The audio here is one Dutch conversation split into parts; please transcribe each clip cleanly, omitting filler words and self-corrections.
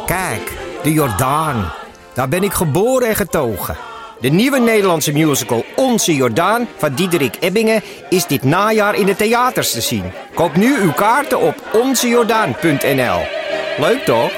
Kijk, de Jordaan. Daar ben ik geboren en getogen. De nieuwe Nederlandse musical Onze Jordaan van Diederik Ebbingen is dit najaar in de theaters te zien. Koop nu uw kaarten op onzejordaan.nl. Leuk toch?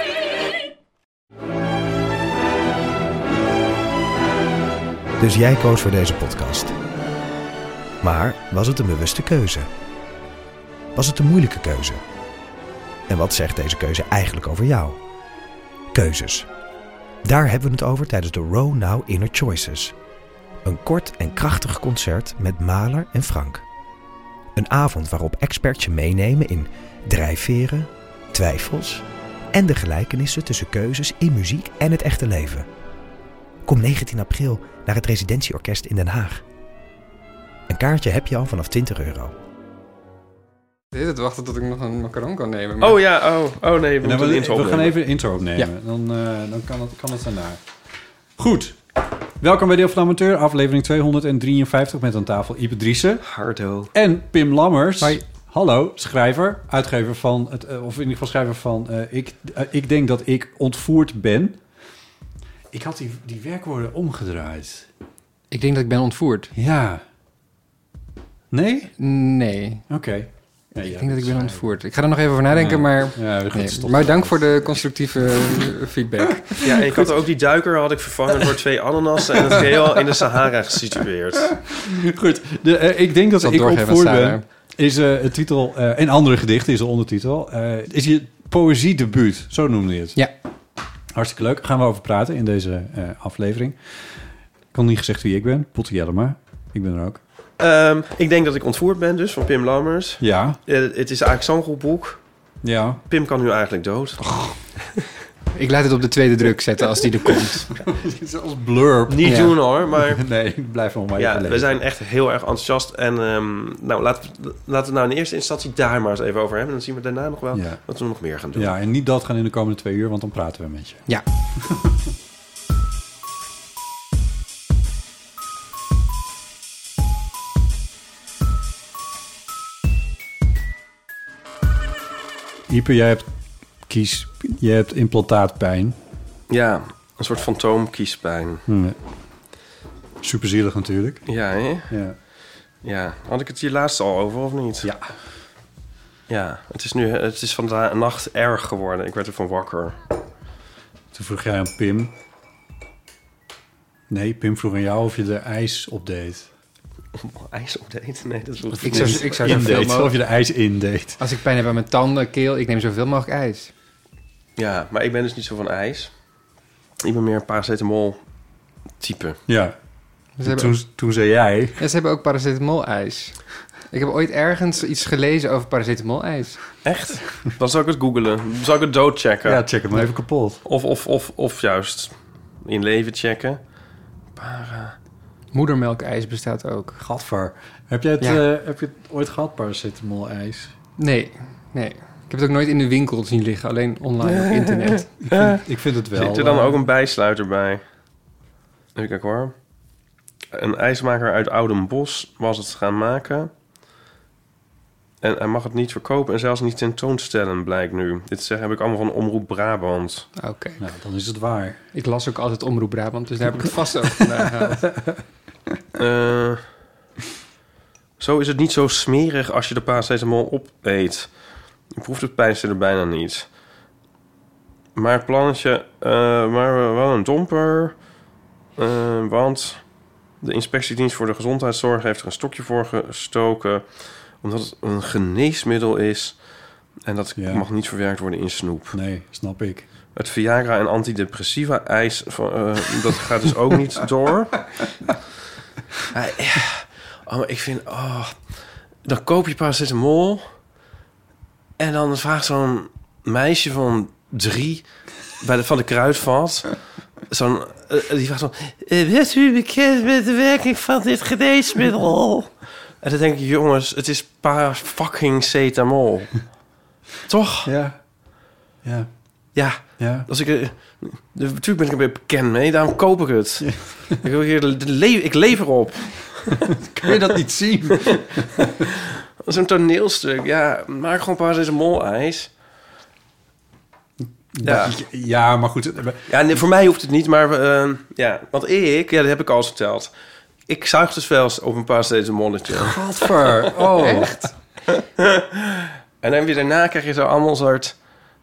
Dus jij koos voor deze podcast. Maar was het een bewuste keuze? Was het een moeilijke keuze? En wat zegt deze keuze eigenlijk over jou? Keuzes. Daar hebben we het over tijdens de Row Now Inner Choices. Een kort en krachtig concert met Mahler en Frank. Een avond waarop experts je meenemen in drijfveren, twijfels en de gelijkenissen tussen keuzes in muziek en het echte leven. Kom 19 april naar het Residentieorkest in Den Haag. Een kaartje heb je al vanaf €20. Het wachten tot ik nog een macaron kan nemen. Maar... Nee, we gaan even de intro opnemen. Ja. Dan kan het daarna. Goed. Welkom bij Deel van de Amateur, aflevering 253 met aan tafel Ipe Driessen. Hardo. En Pim Lammers. Hoi. Hallo, schrijver, uitgever van, of in ieder geval schrijver van Ik denk dat ik ontvoerd ben. Ik had die werkwoorden omgedraaid. Ik denk dat ik ben ontvoerd. Ja. Nee? Nee. Oké. Ja, ik denk dat ik ben ontvoerd. Ik ga er nog even over nadenken, maar... Ja, maar dank voor de constructieve feedback. Ja, en ik had ook die duiker had ik vervangen door 2 ananassen en het geheel in de Sahara gesitueerd. Goed. Ik denk dat ik ontvoerd ben. Is het titel en andere gedichten is de ondertitel. Is je poëziedebuut, zo noemde je het. Ja. Hartstikke leuk. Gaan we over praten in deze aflevering. Ik had niet gezegd wie ik ben. Potte Jellema. Ik ben er ook. Ik denk dat ik ontvoerd ben dus, van Pim Lammers. Ja. Het is eigenlijk zo'n goed boek. Ja. Pim kan nu eigenlijk dood. Ik laat het op de tweede druk zetten als die er komt. Als blurb. Niet doen hoor, maar... Nee, blijf nog maar even lezen. We zijn echt heel erg enthousiast. En laten we nou in eerste instantie daar maar eens even over hebben. Dan zien we daarna nog wel wat we nog meer gaan doen. Ja, en niet dat gaan in de komende 2 uur, want dan praten we met je. Ja. Ipe, jij hebt implantaatpijn. Ja, een soort fantoomkiespijn. Superzielig natuurlijk. Ja, hè? Ja. Had ik het hier laatst al over, of niet? Ja. Ja, het is vandaag nacht erg geworden. Ik werd ervan wakker. Toen vroeg jij aan Pim. Nee, Pim vroeg aan jou of je er ijs op deed. IJs opdeed? Nee, dat is Ik zou zoveel mogelijk... Of je er ijs in deed. Als ik pijn heb aan mijn tanden, keel, ik neem zoveel mogelijk ijs. Ja, maar ik ben dus niet zo van ijs. Ik ben meer een paracetamol type. Ja. Toen zei jij... Ja, ze hebben ook paracetamol-ijs. Ik heb ooit ergens iets gelezen over paracetamol-ijs. Echt? Dan zal ik het googlen. Zal ik het doodchecken? Ja, check het maar even kapot. Of juist in leven checken. Moedermelkijs bestaat ook. Gadver. Heb je het ooit gehad, paracetamol-ijs? Nee. Ik heb het ook nooit in de winkel zien liggen. Alleen online op internet. Ik vind het wel. Zit er dan ook een bijsluiter bij? Even kijken hoor. Een ijsmaker uit Oudenbosch was het gaan maken. En hij mag het niet verkopen en zelfs niet tentoonstellen, blijkt nu. Dit heb ik allemaal van Omroep Brabant. Oké. Nou, dan is het waar. Ik las ook altijd Omroep Brabant, dus daar heb ik het vast ook vandaan gehaald. Zo is het niet zo smerig als je de paracetamol opeet. Je proeft het pijnstiller bijna niet. Maar het plannetje... maar wel een domper. Want de Inspectiedienst voor de Gezondheidszorg heeft er een stokje voor gestoken, omdat het een geneesmiddel is en dat mag niet verwerkt worden in snoep. Nee, snap ik. Het Viagra en antidepressiva ijs, dat gaat dus ook niet door. Maar ik vind... dan koop je paracetamol en dan vraagt zo'n meisje van 3 van de kruidvat... die vraagt zo... Bent u bekend met de werking van dit geneesmiddel? En dan denk ik, jongens, het is fucking-cetamol. Toch? Ja. Als ik... natuurlijk ben ik er weer bekend mee, daarom koop ik het. Ik leef erop. Kun je dat niet zien? Dat is een toneelstuk. Ja, maak gewoon paracetamol-ijs. Ja. Maar goed. Ja, nee, voor mij hoeft het niet, maar want dat heb ik al eens verteld. Ik zuig dus wel eens op een paracetamolletje. Gadver. Oh. Echt? En dan weer daarna krijg je zo allemaal soort...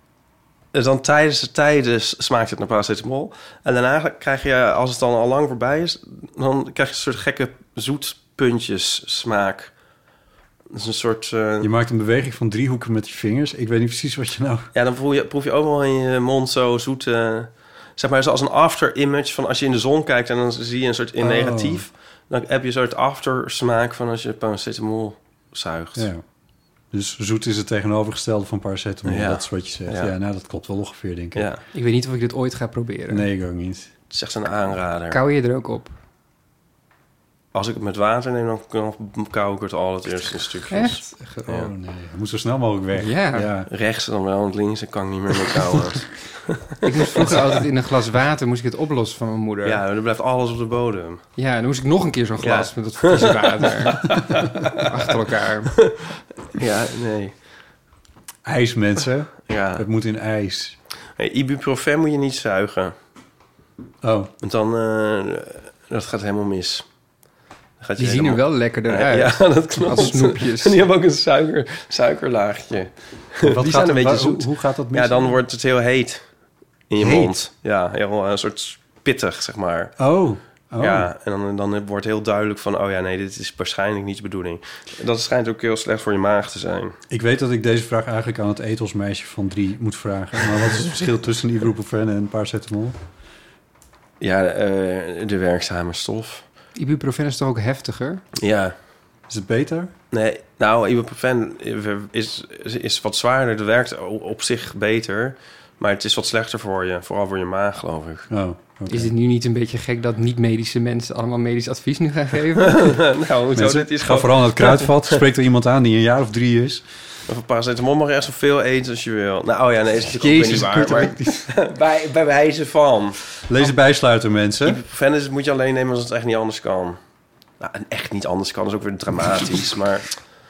Dan tijdens smaakt het naar paracetamol. En daarna krijg je, als het dan al lang voorbij is... dan krijg je een soort gekke zoetpuntjes smaak. Dat is een soort... Je maakt een beweging van driehoeken met je vingers. Ik weet niet precies wat je nou... Ja, dan proef je overal in je mond zo zoet... zeg maar zoals een after-image van als je in de zon kijkt... en dan zie je een soort in negatief. Dan heb je een soort aftersmaak van als je paracetamol zuigt. Ja. Dus zoet is het tegenovergestelde van paracetamol. Ja. Dat is wat je zegt. Ja, nou, dat klopt wel ongeveer, denk ik. Ja. Ik weet niet of ik dit ooit ga proberen. Nee, ik ook niet. Het is echt een aanrader. Kauw je er ook op? Als ik het met water neem, dan kauw ik het al het eerst in stukjes. Echt? Oh nee, het moet zo snel mogelijk weg. Ja. Rechts en dan wel, want links kan ik niet meer mee kauwen. Ik moest vroeger altijd in een glas water moest ik het oplossen van mijn moeder. Ja, dan blijft alles op de bodem. Ja, dan moest ik nog een keer zo'n glas met dat vieze water. Achter elkaar. Ja, nee. IJs, mensen. Ja. Het moet in ijs. Hey, ibuprofen moet je niet zuigen. Oh. Want dan, dat gaat helemaal mis. Die zien er wel lekkerder uit. Ja, dat klopt. Als snoepjes. En die hebben ook een suikerlaagje. Die zijn een beetje zoet. Hoe gaat dat mis? Ja, dan wordt het heel heet in je Heet? mond. Ja, heel een soort pittig, zeg maar. Oh. Ja, en dan wordt heel duidelijk van... oh ja, nee, dit is waarschijnlijk niet de bedoeling. Dat schijnt ook heel slecht voor je maag te zijn. Ik weet dat ik deze vraag eigenlijk aan het etelsmeisje van 3 moet vragen. Maar wat is het verschil tussen ibuprofen en paracetamol? Ja, de werkzame stof. Ibuprofen is toch ook heftiger? Ja. Is het beter? Nee, nou, ibuprofen is wat zwaarder. Het werkt op zich beter. Maar het is wat slechter voor je. Vooral voor je maag, geloof ik. Oh, okay. Is het nu niet een beetje gek dat niet-medische mensen allemaal medisch advies nu gaan geven? Nou, hoezo? Dit is Ga vooral naar het kruidvat. Spreekt er iemand aan die een jaar of 3 is. Of paracetamol mag je echt zoveel eten als je wil. Nou, ja, nee, is natuurlijk ook niet waar. Maar bij wijze van. Lees de bijsluiter, mensen. Ibuprofen moet je alleen nemen als het echt niet anders kan. Nou, en echt niet anders kan is ook weer dramatisch, maar...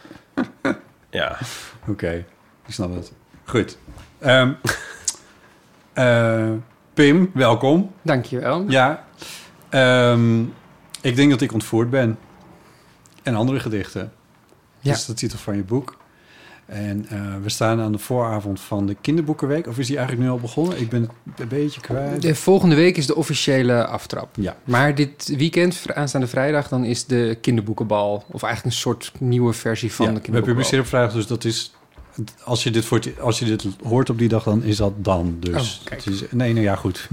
Ja. Oké, ik snap het. Goed. Pim, welkom. Dankjewel. Ja. Ik denk dat ik ontvoerd ben. En andere gedichten. Ja. Dat is de titel van je boek. En we staan aan de vooravond van de Kinderboekenweek. Of is die eigenlijk nu al begonnen? Ik ben het een beetje kwijt. De volgende week is de officiële aftrap. Ja. Maar dit weekend, aanstaande vrijdag, dan is de kinderboekenbal. Of eigenlijk een soort nieuwe versie van de We kinderboekenbal. publiceren op vrijdag, dus dat is... Als je dit hoort op die dag, dan is dat dan. Dus kijk. het is, nee, nou ja, goed.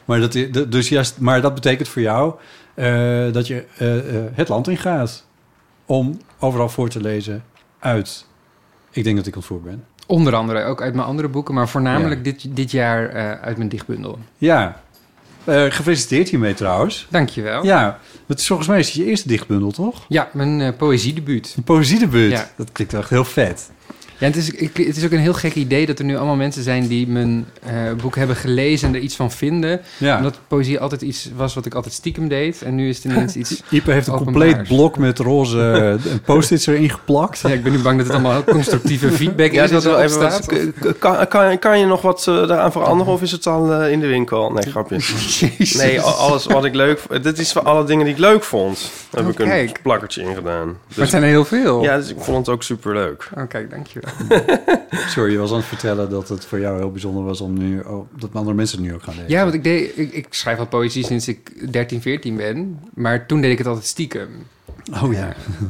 Maar dat betekent voor jou dat je het land ingaat om overal voor te lezen uit. Ik denk dat ik ontvoerd ben. Onder andere, ook uit mijn andere boeken, maar voornamelijk dit jaar uit mijn dichtbundel. Ja, gefeliciteerd hiermee trouwens. Dankjewel. Ja, het is volgens mij is het je eerste dichtbundel, toch? Ja, mijn poëziedebuut. Een poëziedebuut. Ja. Dat klinkt echt heel vet. Ja, het is ook een heel gek idee dat er nu allemaal mensen zijn die mijn boek hebben gelezen en er iets van vinden. Ja. Omdat poëzie altijd iets was wat ik altijd stiekem deed. En nu is het ineens iets Ipe heeft een openbaars. compleet blok met roze post-its erin geplakt. Ja, ik ben nu bang dat het allemaal heel constructieve feedback is wat erop staat. Kan je nog wat daaraan veranderen of is het al in de winkel? Nee, grapje. Nee, alles wat ik leuk vond. Dit is van alle dingen die ik leuk vond. Daar heb ik een plakkertje in gedaan. Maar het zijn er heel veel. Ja, dus ik vond het ook superleuk. Oh, kijk, dankjewel. Sorry, je was aan het vertellen dat het voor jou heel bijzonder was om nu... dat andere mensen het nu ook gaan lezen. Ja, want ik schrijf al poëzie sinds ik 13, 14 ben. Maar toen deed ik het altijd stiekem. Oh ja.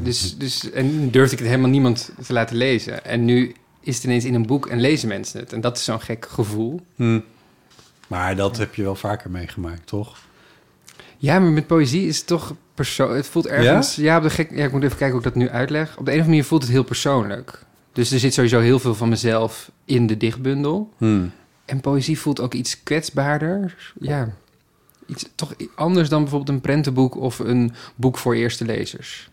En durfde ik het helemaal niemand te laten lezen. En nu is het ineens in een boek en lezen mensen het. En dat is zo'n gek gevoel. Maar dat heb je wel vaker meegemaakt, toch? Ja, maar met poëzie is het toch persoonlijk. Het voelt ergens... Ja, ik moet even kijken hoe ik dat nu uitleg. Op de een of andere manier voelt het heel persoonlijk. Dus er zit sowieso heel veel van mezelf in de dichtbundel. En poëzie voelt ook iets kwetsbaarder. Ja, iets toch anders dan bijvoorbeeld een prentenboek of een boek voor eerste lezers.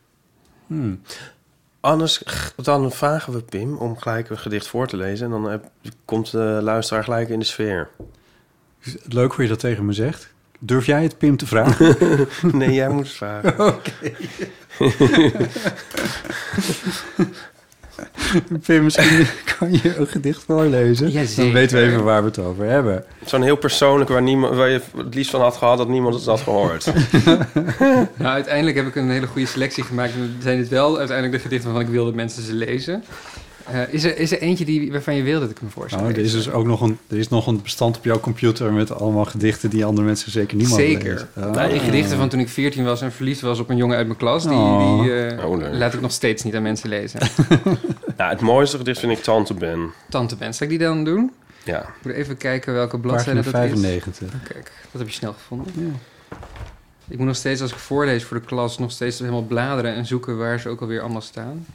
Anders dan vragen we Pim om gelijk een gedicht voor te lezen. En dan komt de luisteraar gelijk in de sfeer. Leuk hoe je dat tegen me zegt. Durf jij het Pim te vragen? Nee, jij moet het vragen. Oké. Pim, misschien kan je een gedicht voorlezen. Ja, dan weten we even waar we het over hebben. Zo'n heel persoonlijk waar je het liefst van had gehad dat niemand het had gehoord. Nou, uiteindelijk heb ik een hele goede selectie gemaakt. En zijn dit wel uiteindelijk de gedichten waarvan ik wil dat mensen ze lezen. Is er eentje waarvan je wil dat ik me voorstel? Nou, er is dus ook nog een bestand op jouw computer met allemaal gedichten die andere mensen zeker niet mogen lezen. Die gedichten van toen ik 14 was en verliefd was op een jongen uit mijn klas, die laat ik nog steeds niet aan mensen lezen. Nou, het mooiste gedicht vind ik Tante Ben. Tante Ben, zal ik die dan doen? Ja. Ik moet even kijken welke bladzijde dat 95. is. Kijk, dat heb je snel gevonden. Ja. Ik moet nog steeds, als ik voorlees voor de klas, nog steeds helemaal bladeren en zoeken waar ze ook alweer allemaal staan.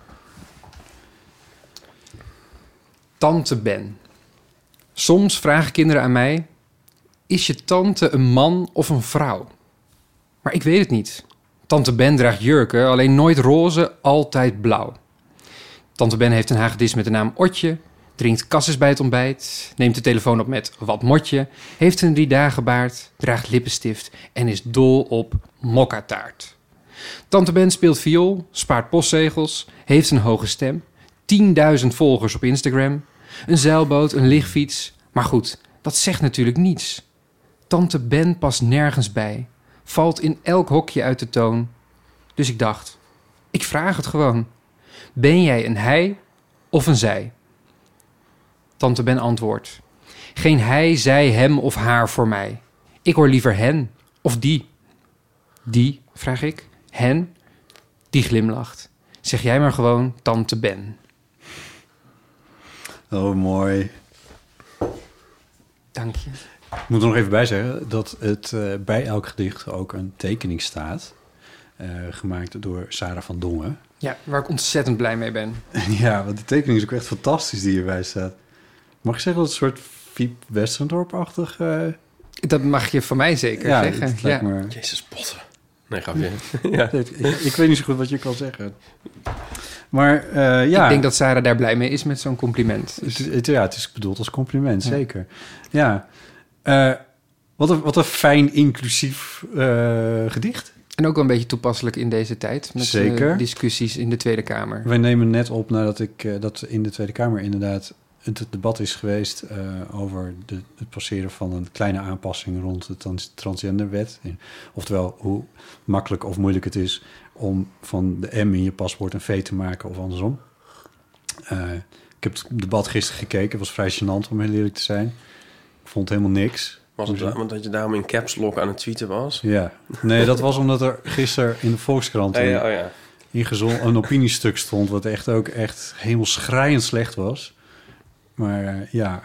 Tante Ben. Soms vragen kinderen aan mij: is je tante een man of een vrouw? Maar ik weet het niet. Tante Ben draagt jurken, alleen nooit roze, altijd blauw. Tante Ben heeft een hagedis met de naam Otje, drinkt kasses bij het ontbijt, neemt de telefoon op met wat motje, heeft een 3 dagen baard, draagt lippenstift en is dol op mokkataart. Tante Ben speelt viool, spaart postzegels, heeft een hoge stem, 10.000 volgers op Instagram, een zeilboot, een lichtfiets. Maar goed, dat zegt natuurlijk niets. Tante Ben past nergens bij, valt in elk hokje uit de toon. Dus ik dacht, ik vraag het gewoon. Ben jij een hij of een zij? Tante Ben antwoordt: geen hij, zij, hem of haar voor mij. Ik hoor liever hen of die. Die, vraag ik. Hen? Die glimlacht. Zeg jij maar gewoon Tante Ben. Oh, mooi. Dank je. Ik moet er nog even bij zeggen dat het bij elk gedicht ook een tekening staat. Gemaakt door Sarah van Dongen. Ja, waar ik ontzettend blij mee ben. Ja, want die tekening is ook echt fantastisch die hierbij staat. Mag ik zeggen dat het een soort Fiep Westendorp-achtig... Dat mag je van mij zeker zeggen. Ja, maar... Jezus, botten. Nee, grapje. Ja. Ik weet niet zo goed wat je kan zeggen. Maar ja... Ik denk dat Sarah daar blij mee is met zo'n compliment. Het is bedoeld als compliment, zeker. Ja. Wat een fijn, inclusief gedicht. En ook wel een beetje toepasselijk in deze tijd. Met discussies in de Tweede Kamer. Wij nemen net op nadat dat in de Tweede Kamer inderdaad het debat is geweest over het passeren van een kleine aanpassing rond de transgenderwet. Oftewel, hoe makkelijk of moeilijk het is om van de M in je paspoort een V te maken of andersom. Ik heb het debat gisteren gekeken. Het was vrij gênant om heel eerlijk te zijn. Ik vond helemaal niks. Was het omdat je daarom in caps lock aan het tweeten was? Ja. Nee, dat was omdat er gisteren in de Volkskrant een opiniestuk stond... wat echt hemelschreiend slecht was. Maar ja,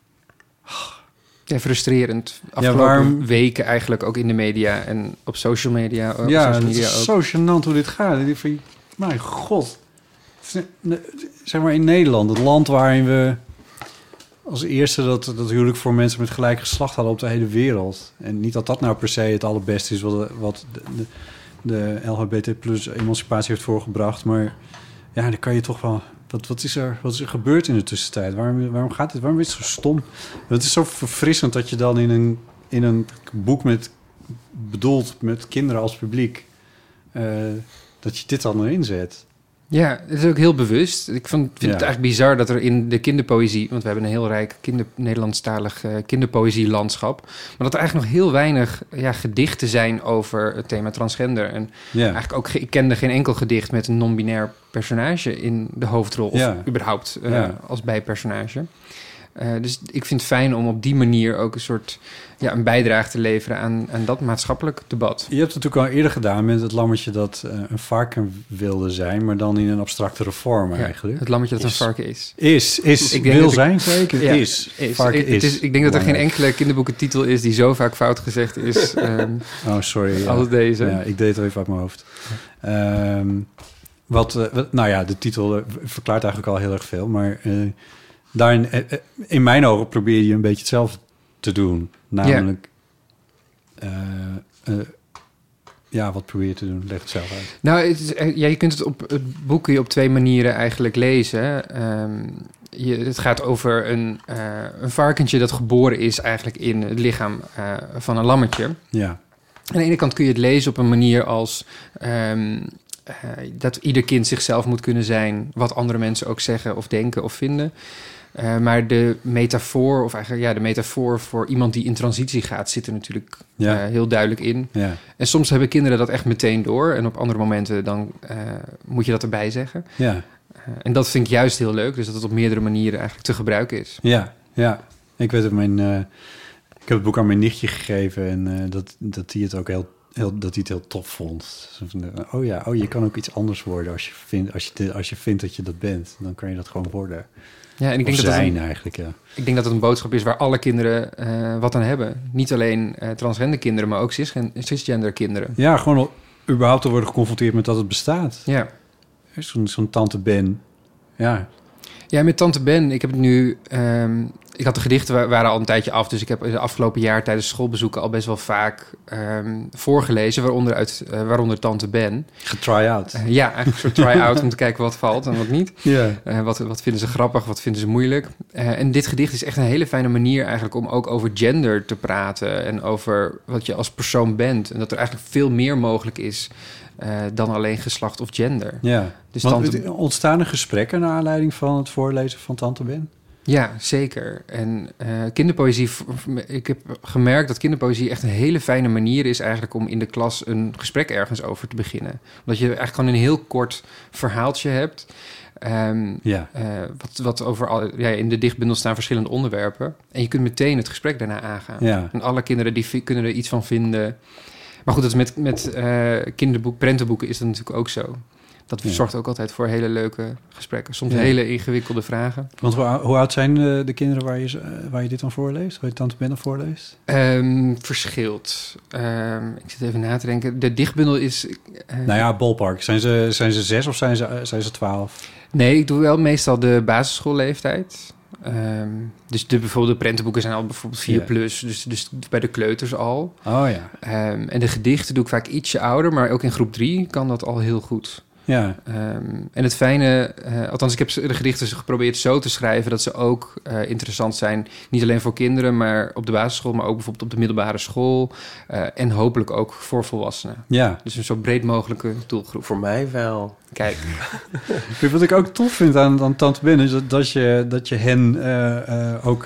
frustrerend. Afgelopen weken eigenlijk ook in de media en op social media. Het is zo gênant hoe dit gaat. Mijn god. Zeg maar in Nederland, het land waarin we als eerste dat huwelijk voor mensen met gelijk geslacht hadden op de hele wereld. En niet dat dat nou per se het allerbeste is wat de LGBT plus emancipatie heeft voorgebracht. Maar ja, dan kan je toch wel... Wat is er gebeurd in de tussentijd? Waarom gaat dit? Waarom is het zo stom? Het is zo verfrissend dat je dan in een boek bedoeld met kinderen als publiek... dat je dit dan erin zet. Ja, het is ook heel bewust. Ik vind het eigenlijk bizar dat er in de kinderpoëzie... want we hebben een heel rijk Nederlandstalig kinderpoëzielandschap... maar dat er eigenlijk nog heel weinig gedichten zijn over het thema transgender. En eigenlijk ook, ik kende geen enkel gedicht met een non-binair personage in de hoofdrol... of überhaupt als bijpersonage. Dus ik vind het fijn om op die manier ook een soort een bijdrage te leveren aan dat maatschappelijk debat. Je hebt het natuurlijk al eerder gedaan met het lammetje dat een varken wilde zijn, maar dan in een abstractere vorm eigenlijk. Het lammetje dat een varken is. Ik wil zijn zeker? Ja, is. Varken is. Ik denk dat er geen enkele kinderboekentitel is die zo vaak fout gezegd is. Sorry. Als deze. Ja, ik deed het even uit mijn hoofd. De titel verklaart eigenlijk al heel erg veel, maar... Daarin, in mijn ogen probeer je een beetje hetzelfde te doen. Namelijk, wat probeer je te doen? Leg het zelf uit. Nou, je kunt het boek kun je op 2 manieren eigenlijk lezen. Het gaat over een varkentje dat geboren is eigenlijk in het lichaam van een lammetje. Ja. Aan de ene kant kun je het lezen op een manier als... dat ieder kind zichzelf moet kunnen zijn, wat andere mensen ook zeggen of denken of vinden. Maar de metafoor, of eigenlijk de metafoor voor iemand die in transitie gaat, zit er natuurlijk heel duidelijk in. Ja. En soms hebben kinderen dat echt meteen door. En op andere momenten dan moet je dat erbij zeggen. Ja. En dat vind ik juist heel leuk. Dus dat het op meerdere manieren eigenlijk te gebruiken is. Ja. Ik weet het, ik heb het boek aan mijn nichtje gegeven. En dat hij het ook dat hij het heel tof vond. Je kan ook iets anders worden als je vindt dat je dat bent. Dan kan je dat gewoon worden. Ja, en ik denk Ik denk dat het een boodschap is waar alle kinderen wat aan hebben. Niet alleen transgender kinderen, maar ook cisgender kinderen. Ja, gewoon überhaupt te worden geconfronteerd met dat het bestaat. Ja. Zo'n Tante Ben. Ja. Ja, met Tante Ben, ik heb het nu... ik had de gedichten waren al een tijdje af, dus ik heb de afgelopen jaar tijdens schoolbezoeken al best wel vaak voorgelezen, waaronder Tante Ben. Getry-out. Ja, eigenlijk een soort try-out om te kijken wat valt en wat niet. Yeah. Wat vinden ze grappig, wat vinden ze moeilijk. En dit gedicht is echt een hele fijne manier eigenlijk om ook over gender te praten en over wat je als persoon bent. En dat er eigenlijk veel meer mogelijk is dan alleen geslacht of gender. Ja, dus ontstaan er gesprekken naar aanleiding van het voorlezen van Tante Ben? Ja, zeker. En kinderpoëzie... Ik heb gemerkt dat kinderpoëzie echt een hele fijne manier is eigenlijk om in de klas een gesprek ergens over te beginnen. Omdat je eigenlijk gewoon een heel kort verhaaltje hebt. Wat over in de dichtbundel staan verschillende onderwerpen. En je kunt meteen het gesprek daarna aangaan. Ja. En alle kinderen die kunnen er iets van vinden. Maar goed, dat is met prentenboeken is dat natuurlijk ook zo. Dat zorgt ook altijd voor hele leuke gesprekken. Soms hele ingewikkelde vragen. Want hoe oud zijn de kinderen waar je dit dan voorleest? Waar je Tante Ben dan voorleest? Verschilt. Ik zit even na te denken. De dichtbundel is... ballpark. Zijn ze 6 of zijn ze 12? Nee, ik doe wel meestal de basisschoolleeftijd. Dus bijvoorbeeld de prentenboeken zijn al bijvoorbeeld 4+. Dus bij de kleuters al. Oh ja. En de gedichten doe ik vaak ietsje ouder. Maar ook in groep 3 kan dat al heel goed. Ja. En het fijne, althans ik heb de gedichten geprobeerd zo te schrijven dat ze ook interessant zijn. Niet alleen voor kinderen, maar op de basisschool, maar ook bijvoorbeeld op de middelbare school. En hopelijk ook voor volwassenen. Ja. Dus een zo breed mogelijke doelgroep. Voor mij wel. Kijk. Wat ik ook tof vind aan Tante Ben is dat je hen ook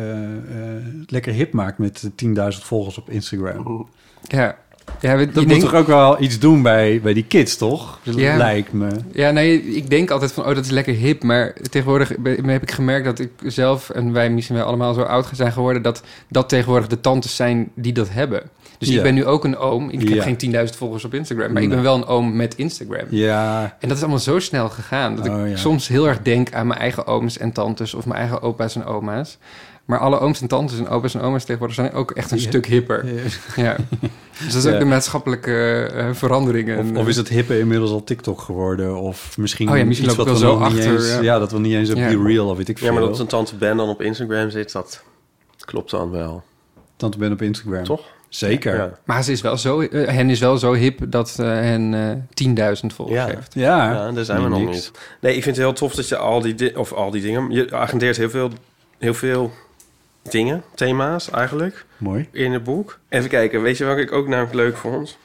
lekker hip maakt met 10.000 volgers op Instagram. Ja. Dat moet toch ook wel iets doen bij die kids, toch? Ja. Lijkt me. Ja, nee, ik denk altijd van, dat is lekker hip. Maar tegenwoordig heb ik gemerkt dat ik zelf... en wij misschien wel allemaal zo oud zijn geworden... dat tegenwoordig de tantes zijn die dat hebben. Dus ik ben nu ook een oom. Ik heb geen 10.000 volgers op Instagram. Maar ik ben wel een oom met Instagram. Ja. En dat is allemaal zo snel gegaan... dat ik soms heel erg denk aan mijn eigen ooms en tantes... of mijn eigen opa's en oma's. Maar alle ooms en tantes en opa's en oma's tegenwoordig zijn ook echt een stuk hipper. Ja. Dus dat is ook de maatschappelijke veranderingen. Of is het hippe inmiddels al TikTok geworden? Of misschien misschien loopt het wel zo achter. Dat wil niet eens op Be Real of weet ik veel. Ja, maar dat een Tante Ben dan op Instagram zit, dat klopt dan wel. Tante Ben op Instagram. Toch? Zeker. Ja. Maar ze is wel hen is wel zo hip dat hen 10.000 volgers heeft. Ja, daar zijn we nog niet. Nee, ik vind het heel tof dat je al die dingen... Je agendeert heel veel dingen, thema's eigenlijk. Mooi. In het boek. Even kijken, weet je welke ik ook namelijk leuk vond?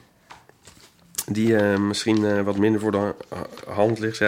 Die misschien wat minder voor de hand ligt.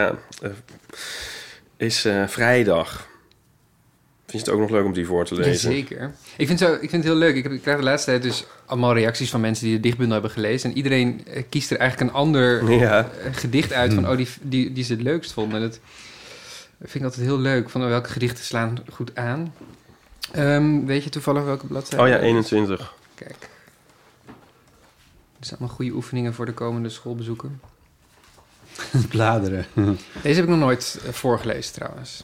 Is Vrijdag. Vind je het ook nog leuk om die voor te lezen? Zeker. Ik vind het heel leuk. Ik krijg de laatste tijd dus allemaal reacties van mensen die de dichtbundel hebben gelezen. En iedereen kiest er eigenlijk een ander gedicht uit van die ze het leukst vonden. En dat vind ik altijd heel leuk. Van welke gedichten slaan goed aan. Weet je toevallig welke bladzijde? Oh ja, 21. Kijk. Dat zijn allemaal goede oefeningen voor de komende schoolbezoeken. Bladeren. Deze heb ik nog nooit voorgelezen trouwens.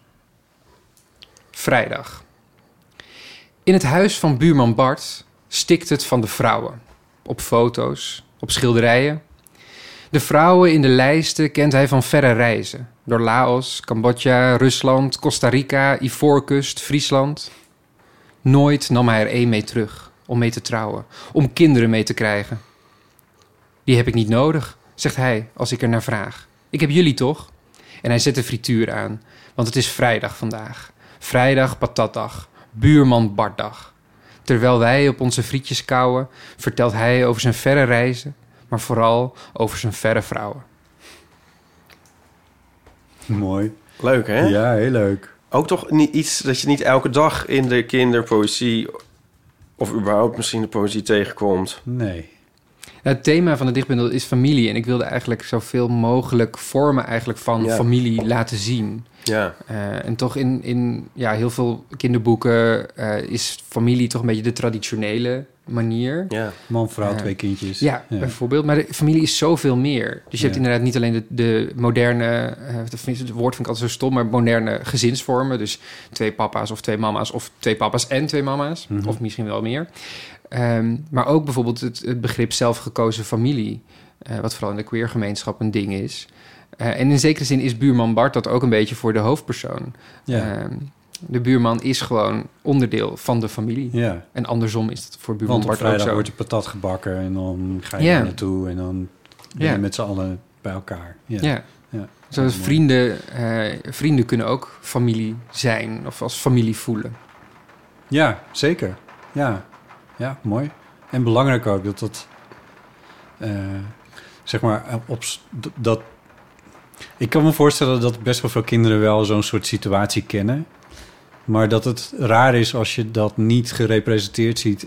Vrijdag. In het huis van buurman Bart stikt het van de vrouwen. Op foto's, op schilderijen. De vrouwen in de lijsten kent hij van verre reizen. Door Laos, Cambodja, Rusland, Costa Rica, Ivoorkust, Friesland. Nooit nam hij er één mee terug om mee te trouwen, om kinderen mee te krijgen. Die heb ik niet nodig, zegt hij als ik er naar vraag. Ik heb jullie toch? En hij zet de frituur aan, want het is vrijdag vandaag. Vrijdag patatdag, buurman Bartdag. Terwijl wij op onze frietjes kauwen, vertelt hij over zijn verre reizen, maar vooral over zijn verre vrouwen. Mooi. Leuk, hè? Ja, heel leuk. Ook toch niet iets dat je niet elke dag in de kinderpoëzie... of überhaupt misschien de poëzie tegenkomt. Nee. Het thema van de dichtbundel is familie. En ik wilde eigenlijk zoveel mogelijk vormen eigenlijk van familie laten zien. Ja. En toch in heel veel kinderboeken is familie toch een beetje de traditionele manier. Ja. Man, vrouw, 2 kindjes. Ja, bijvoorbeeld. Maar de familie is zoveel meer. Dus je hebt inderdaad niet alleen de moderne... het woord vind ik altijd zo stom, maar moderne gezinsvormen. Dus 2 papa's of 2 mama's of 2 papa's en 2 mama's. Mm-hmm. Of misschien wel meer. Maar ook bijvoorbeeld het begrip zelfgekozen familie. Wat vooral in de queergemeenschap een ding is. En in zekere zin is buurman Bart dat ook een beetje voor de hoofdpersoon. Ja. De buurman is gewoon onderdeel van de familie. Ja. En andersom is het voor buurman Bart ook zo. Want op vrijdag wordt je patat gebakken en dan ga je er naartoe en dan ben je met z'n allen bij elkaar. Ja. Zoals vrienden kunnen ook familie zijn of als familie voelen. Ja, zeker. Ja, mooi. En belangrijk ook dat zeg maar dat... Ik kan me voorstellen dat best wel veel kinderen wel zo'n soort situatie kennen. Maar dat het raar is als je dat niet gerepresenteerd ziet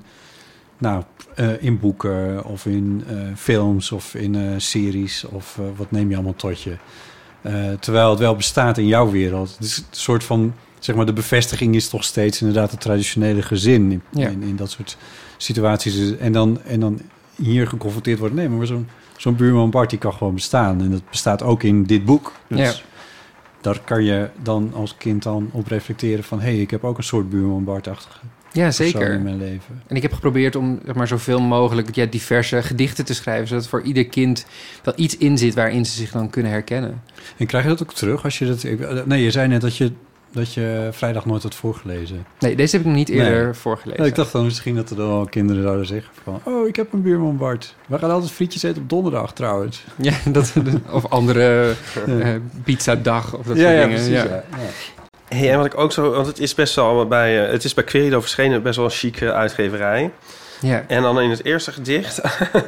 in boeken of in films of in series of wat neem je allemaal tot je. Terwijl het wel bestaat in jouw wereld. Het is een soort van, zeg maar, de bevestiging is toch steeds inderdaad het traditionele gezin in dat soort situaties. En dan hier geconfronteerd worden. Nee, maar zo'n buurman Bart die kan gewoon bestaan. En dat bestaat ook in dit boek. Dus daar kan je dan als kind dan op reflecteren van... hey, ik heb ook een soort buurman Bart-achtige persoon in mijn leven. En ik heb geprobeerd om zeg maar, zoveel mogelijk diverse gedichten te schrijven... zodat voor ieder kind wel iets in zit waarin ze zich dan kunnen herkennen. En krijg je dat ook terug als je dat... Nee, je zei net dat je vrijdag nooit had voorgelezen. Nee, deze heb ik nog niet eerder voorgelezen. Nou, ik dacht dan misschien dat er dan wel kinderen zouden zeggen van... oh, ik heb een buurman Bart. We gaan altijd frietjes eten op donderdag trouwens. Ja, of andere pizzadag of dat soort dingen. Precies, ja. Hey, en wat ik ook zo... Want het is best wel het is bij Querido verschenen best wel een chique uitgeverij. Ja. En dan in het eerste gedicht...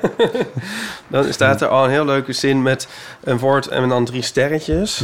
dan staat er al een heel leuke zin met een woord en dan 3 sterretjes...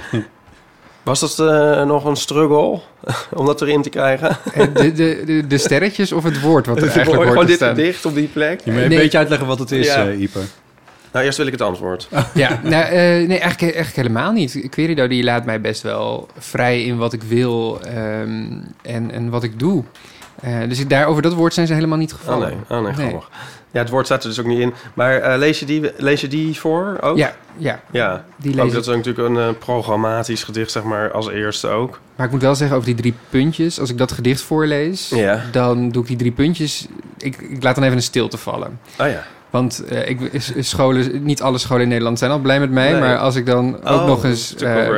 Was dat nog een struggle om dat erin te krijgen? De sterretjes of het woord wat er eigenlijk hoort gewoon te staan? Gewoon dit gedicht op die plek? Je moet een beetje uitleggen wat het is, Ieper. Nou, eerst wil ik het antwoord. Ja, nee, eigenlijk helemaal niet. Querido die laat mij best wel vrij in wat ik wil en wat ik doe. Dus over dat woord zijn ze helemaal niet gevallen. Oh nee, grappig. Ja, het woord staat er dus ook niet in. Maar lees je die voor ook? Ja. Die ook, dat is natuurlijk een programmatisch gedicht, zeg maar, als eerste ook. Maar ik moet wel zeggen, over die 3 puntjes... als ik dat gedicht voorlees, dan doe ik die 3 puntjes... Ik laat dan even een stilte vallen. Oh ja. Want niet alle scholen in Nederland zijn al blij met mij. Nee. Maar als ik dan ook nog eens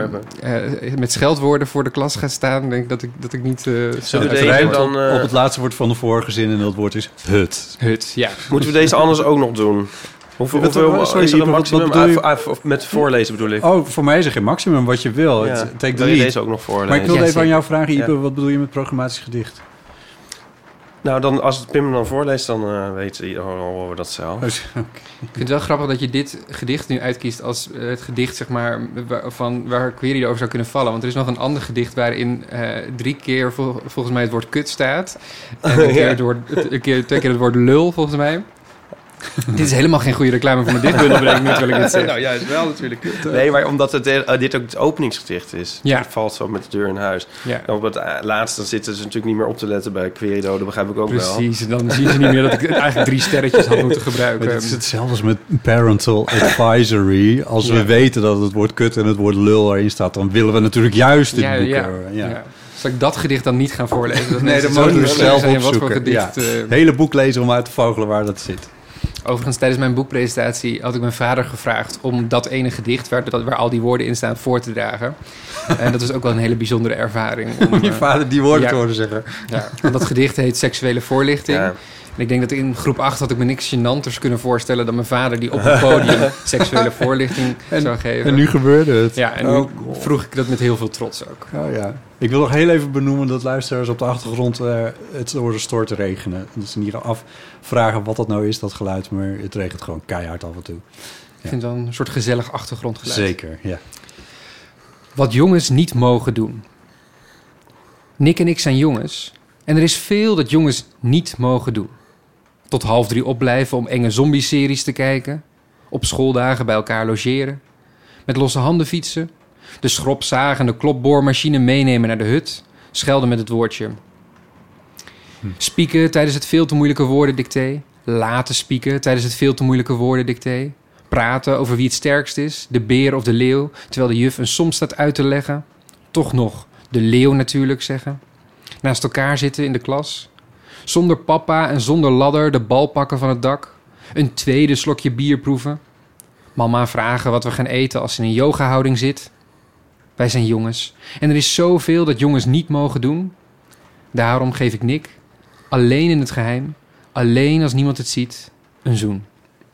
met scheldwoorden voor de klas ga staan... denk ik dat ik niet... Zullen we deze dan... Op het laatste woord van de vorige zin en dat woord is hut. Hut, ja. Moeten we deze anders ook nog doen? Hoeveel is er een maximum? Met voorlezen bedoel ik. Oh, voor mij is er geen maximum wat je wil. Ja. Wil je deze ook nog voorlezen? Maar ik wil even aan jou vragen, Ipe, wat bedoel je met programmatisch gedicht? Nou, dan, als het Pim dan voorleest, dan horen we dat zelf. Okay. Ik vind het wel grappig dat je dit gedicht nu uitkiest als het gedicht, zeg maar, van waar Querido over zou kunnen vallen. Want er is nog een ander gedicht waarin 3 keer volgens mij het woord kut staat. En 2 keer het woord lul, volgens mij. Dit is helemaal geen goede reclame voor mijn dichtbundel, bedenk ik terwijl ik dit zeg. Nou, juist wel natuurlijk. Nee, maar omdat dit ook het openingsgedicht is. Ja. Het valt zo met de deur in huis. Ja. En op het laatste zitten ze natuurlijk niet meer op te letten bij Querido. Dat begrijp ik ook wel. Precies, dan zien ze niet meer dat ik eigenlijk 3 sterretjes had moeten gebruiken. Het is hetzelfde als met parental advisory. Als we weten dat het woord kut en het woord lul erin staat... dan willen we natuurlijk juist dit boek. Ja. Zal ik dat gedicht dan niet gaan voorlezen? Nee, dan moeten we zelf opzoeken. Het hele boek lezen om uit te vogelen waar dat zit. Overigens, tijdens mijn boekpresentatie had ik mijn vader gevraagd... om dat ene gedicht, waar al die woorden in staan, voor te dragen. En dat is ook wel een hele bijzondere ervaring. Om je vader die woorden te horen zeggen. Ja, want dat gedicht heet Seksuele Voorlichting. Ja. En ik denk dat in groep 8 had ik me niks gênanters kunnen voorstellen... dan mijn vader die op het podium seksuele voorlichting zou geven. En nu gebeurde het. Ja, en nu vroeg ik dat met heel veel trots ook. Oh ja. Ik wil nog heel even benoemen dat luisteraars op de achtergrond het horen stoort te regenen. Dat ze niet afvragen wat dat nou is, dat geluid. Maar het regent gewoon keihard af en toe. Ik vind het wel een soort gezellig achtergrondgeluid. Zeker, ja. Wat jongens niet mogen doen. Nick en ik zijn jongens. En er is veel dat jongens niet mogen doen. Tot 2:30 opblijven om enge zombie-series te kijken. Op schooldagen bij elkaar logeren. Met losse handen fietsen. De schropzaag en de klopboormachine meenemen naar de hut. Schelden met het woordje. Spieken tijdens het veel te moeilijke woordendicté. Laten spieken tijdens het veel te moeilijke woordendicté. Praten over wie het sterkst is. De beer of de leeuw. Terwijl de juf een som staat uit te leggen. Toch nog de leeuw natuurlijk zeggen. Naast elkaar zitten in de klas. Zonder papa en zonder ladder de bal pakken van het dak. Een tweede slokje bier proeven. Mama vragen wat we gaan eten als ze in een yogahouding zit. Wij zijn jongens. En er is zoveel dat jongens niet mogen doen. Daarom geef ik Nick, alleen in het geheim, alleen als niemand het ziet, een zoen.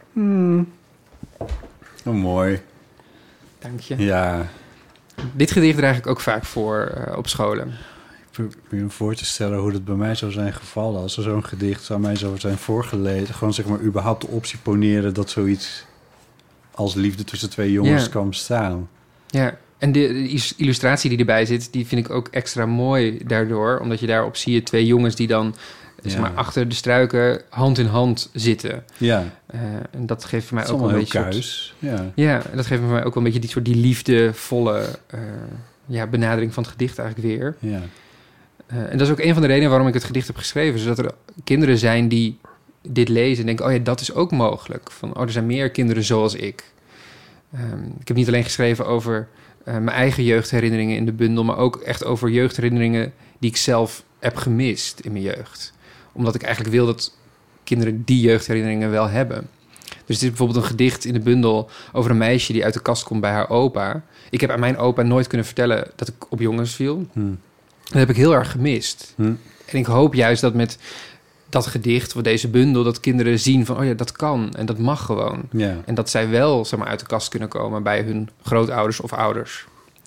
Oh, mooi. Dank je. Ja. Dit gedicht draag ik ook vaak voor op scholen. Ik probeer me voor te stellen hoe het bij mij zou zijn gevallen. Als er zo'n gedicht aan mij zou zijn voorgelezen. Gewoon zeg maar überhaupt de optie poneren dat zoiets als liefde tussen twee jongens kan bestaan. Ja, en de illustratie die erbij zit, die vind ik ook extra mooi daardoor. Omdat je daarop zie je twee jongens die dan zeg maar, achter de struiken hand in hand zitten. Ja. En dat geeft voor mij het ook wel een beetje... kuis. Ja, en dat geeft voor mij ook wel een beetje die liefdevolle benadering van het gedicht eigenlijk weer. Ja. En dat is ook een van de redenen waarom ik het gedicht heb geschreven. Zodat er kinderen zijn die dit lezen en denken... oh ja, dat is ook mogelijk. Van, er zijn meer kinderen zoals ik. Ik heb niet alleen geschreven over mijn eigen jeugdherinneringen in de bundel... maar ook echt over jeugdherinneringen die ik zelf heb gemist in mijn jeugd. Omdat ik eigenlijk wil dat kinderen die jeugdherinneringen wel hebben. Dus dit is bijvoorbeeld een gedicht in de bundel over een meisje die uit de kast komt bij haar opa. Ik heb aan mijn opa nooit kunnen vertellen dat ik op jongens viel. Dat heb ik heel erg gemist. En ik hoop juist dat met dat gedicht of deze bundel... dat kinderen zien van, oh ja, dat kan en dat mag gewoon. Ja. En dat zij wel zeg maar, uit de kast kunnen komen bij hun grootouders of ouders.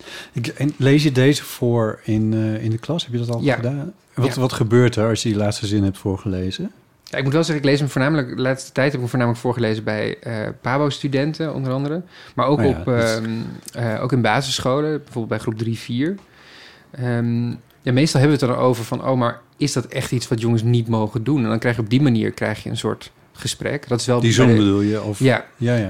En lees je deze voor in de klas? Heb je dat al gedaan? Wat gebeurt er als je die laatste zin hebt voorgelezen? Ja, ik moet wel zeggen, ik lees hem voornamelijk... de laatste tijd heb ik hem voornamelijk voorgelezen bij PABO-studenten, onder andere. Maar ook, ook in basisscholen, bijvoorbeeld bij groep 3, 4... meestal hebben we het er over van... maar is dat echt iets wat jongens niet mogen doen? En dan krijg je op die manier een soort gesprek. Dat is wel die zoon bedoel je? Of... Ja.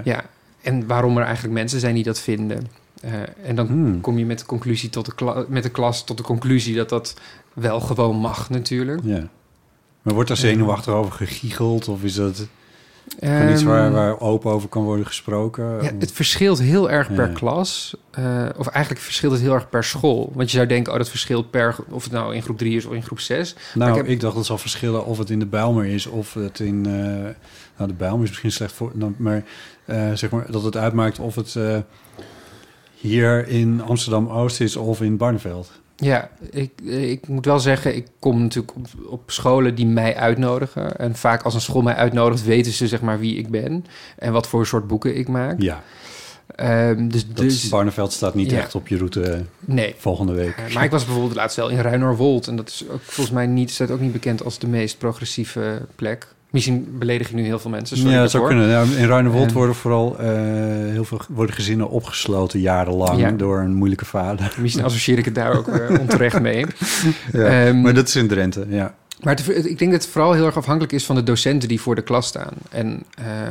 En waarom er eigenlijk mensen zijn die dat vinden. En dan kom je met de conclusie met de klas tot de conclusie... dat dat wel gewoon mag natuurlijk. Ja. Maar wordt daar zenuwachtig over gegiegeld? Of is dat iets waar open over kan worden gesproken? Ja, het verschilt heel erg per klas. Of eigenlijk verschilt het heel erg per school. Want je zou denken, dat verschilt per... of het nou in groep 3 is of in groep 6. Nou, ik dacht dat het zal verschillen of het in de Bijlmer is... of het in... de Bijlmer is misschien slecht voor... maar zeg maar dat het uitmaakt of het hier in Amsterdam-Oost is... of in Barneveld. Ja, ik moet wel zeggen, ik kom natuurlijk op scholen die mij uitnodigen. En vaak als een school mij uitnodigt, weten ze zeg maar wie ik ben. En wat voor soort boeken ik maak. Ja. Dus Barneveld staat niet echt op je route volgende week. Maar ik was bijvoorbeeld laatst wel in Ruinerwold. En dat is ook volgens mij staat ook niet bekend als de meest progressieve plek. Misschien beledig ik nu heel veel mensen. Sorry dat zou kunnen. Ja, in Ruinerwold worden vooral heel veel gezinnen opgesloten jarenlang door een moeilijke vader. Misschien associeer ik het daar ook onterecht mee. Maar dat is in Drenthe, ja. Maar ik denk dat het vooral heel erg afhankelijk is van de docenten die voor de klas staan. En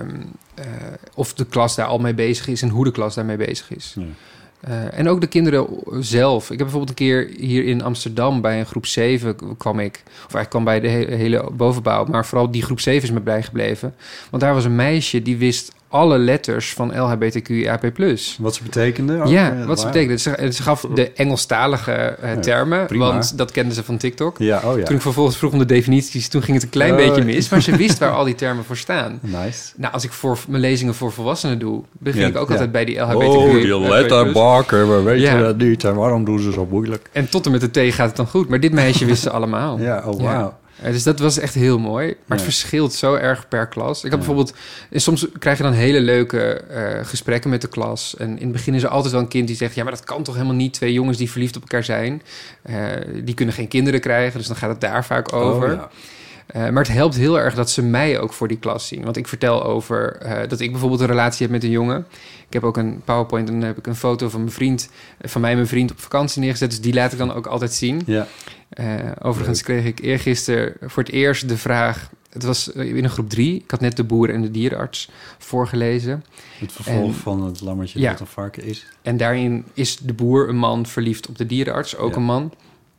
of de klas daar al mee bezig is en hoe de klas daarmee bezig is. Ja. En ook de kinderen zelf. Ik heb bijvoorbeeld een keer hier in Amsterdam bij een groep 7 kwam ik. Of eigenlijk kwam bij de hele bovenbouw. Maar vooral die groep 7 is me bijgebleven. Want daar was een meisje die wist alle letters van LHBTQIAP+. Wat ze betekende? Wat ze betekende. Ze gaf de Engelstalige termen, want dat kenden ze van TikTok. Toen ik vervolgens vroeg om de definities, toen ging het een klein beetje mis. Maar ze wist waar al die termen voor staan. Nice. Nou, als ik voor mijn lezingen voor volwassenen doe, begin ik ook altijd bij die LHBTQ+. Die letterbakken, maar weet je dat niet? En waarom doen ze zo moeilijk? En tot en met de T gaat het dan goed. Maar dit meisje wist ze allemaal. Wauw. Dus dat was echt heel mooi. Maar het verschilt zo erg per klas. Ik had bijvoorbeeld... Soms krijg je dan hele leuke gesprekken met de klas. En in het begin is er altijd wel een kind die zegt... ja, maar dat kan toch helemaal niet? Twee jongens die verliefd op elkaar zijn. Die kunnen geen kinderen krijgen. Dus dan gaat het daar vaak over. Maar het helpt heel erg dat ze mij ook voor die klas zien. Want ik vertel over dat ik bijvoorbeeld een relatie heb met een jongen. Ik heb ook een PowerPoint en dan heb ik een foto van mijn vriend op vakantie neergezet. Dus die laat ik dan ook altijd zien. Ja. Overigens kreeg ik eergisteren voor het eerst de vraag... Het was in een groep 3. Ik had net De Boer en de Dierenarts voorgelezen. Het vervolg van het lammetje dat een varken is. En daarin is de boer een man verliefd op de dierenarts, ook een man.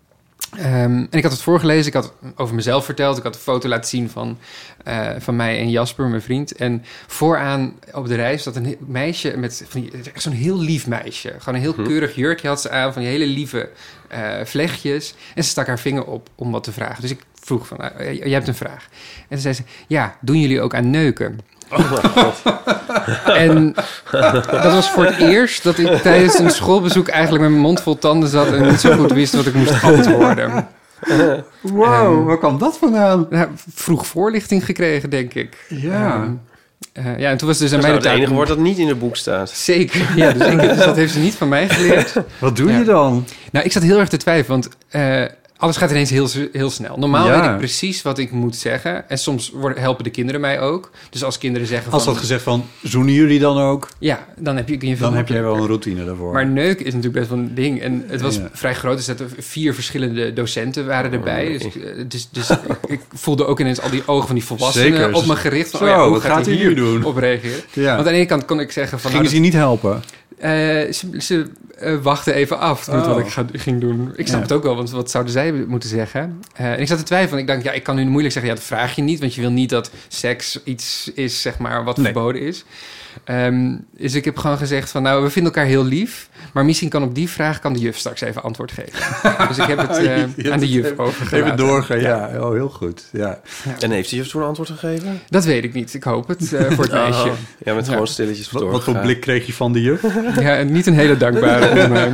En ik had het voorgelezen, ik had over mezelf verteld. Ik had een foto laten zien van mij en Jasper, mijn vriend. En vooraan op de rij zat een meisje met echt zo'n heel lief meisje. Gewoon een heel keurig jurkje had ze aan, van die hele lieve vlechtjes. En ze stak haar vinger op om wat te vragen. Dus ik vroeg van, jij hebt een vraag. En toen zei ze, ja, doen jullie ook aan neuken? Oh mijn god. En dat was voor het eerst dat ik tijdens een schoolbezoek eigenlijk met mijn mond vol tanden zat en niet zo goed wist wat ik moest antwoorden. Wow, waar kwam dat vandaan? Nou, vroeg voorlichting gekregen, denk ik. Ja. En toen was dus aan Dat mij is het enige woord dat niet in het boek staat. Zeker, ja. Dus dat heeft ze niet van mij geleerd. Wat doe je dan? Nou, ik zat heel erg te twijfelen, want alles gaat ineens heel snel. Normaal weet ik precies wat ik moet zeggen. En soms helpen de kinderen mij ook. Dus als kinderen zeggen Als dat gezegd van, zoenen jullie dan ook? Ja, dan heb je wel een routine daarvoor. Maar neuken is natuurlijk best wel een ding. En het was vrij groot. Dus dat er 4 verschillende docenten waren erbij. Dus ik voelde ook ineens al die ogen van die volwassenen op me gericht. Van, hoe gaat hij hier doen? Op reageren. Ja. Want aan de ene kant kon ik zeggen van... Gingen ze niet helpen? Ze wachten even af met wat ik ging doen. Ik snap het ook wel, want wat zouden zij moeten zeggen? En ik zat te twijfelen. Ik dacht, ik kan nu moeilijk zeggen... dat vraag je niet, want je wil niet dat seks iets is, zeg maar, wat verboden is. Dus ik heb gewoon gezegd van... we vinden elkaar heel lief... maar misschien kan op die vraag de juf straks even antwoord geven. Dus ik heb het aan de juf overgelaten. Even doorgaan, ja. Oh, heel goed. Ja. En heeft de juf toen een antwoord gegeven? Dat weet ik niet. Ik hoop het voor het meisje. Ja, met gewoon stilletjes doorgaan. Wat voor blik kreeg je van de juf? Ja, niet een hele dankbare.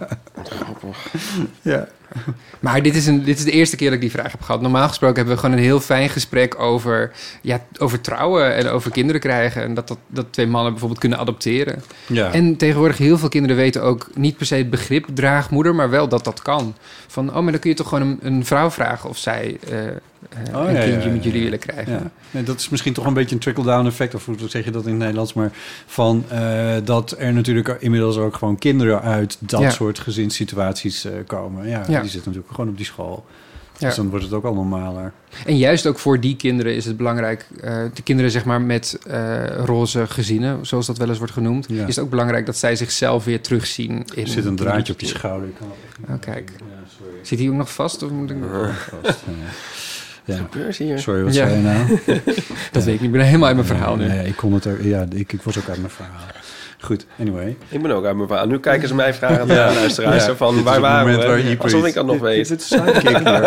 Ja. Maar dit is de eerste keer dat ik die vraag heb gehad. Normaal gesproken hebben we gewoon een heel fijn gesprek over trouwen en over kinderen krijgen. En dat 2 mannen bijvoorbeeld kunnen adopteren. Ja. En tegenwoordig heel veel kinderen weten ook niet per se het begrip draagmoeder, maar wel dat kan. Van, maar dan kun je toch gewoon een vrouw vragen of zij een kindje met jullie willen krijgen. Ja. Nee, dat is misschien toch een beetje een trickle-down effect, of hoe zeg je dat in het Nederlands, maar van dat er natuurlijk inmiddels ook gewoon kinderen uit dat soort gezinssituaties komen. Ja, die zitten natuurlijk gewoon op die school. Ja. Dus dan wordt het ook al normaler. En juist ook voor die kinderen is het belangrijk... de kinderen zeg maar met roze gezinnen, zoals dat wel eens wordt genoemd... is het ook belangrijk dat zij zichzelf weer terugzien. Er zit een draadje op je schouder. Kijk. Ja, zit hij ook nog vast? Of moet ik vast? Ja. Gebeurt hier? Sorry, wat zei je nou? Dat weet ik niet. Ik ben helemaal uit mijn verhaal nu. Nee, ik was ook uit mijn verhaal. Goed, anyway. Ik ben ook uit mijn verhaal. Nu kijken ze mij vragen naar luisteraars van waar waren we? Alsof ik dat nog weet. Dit is sidekick hier.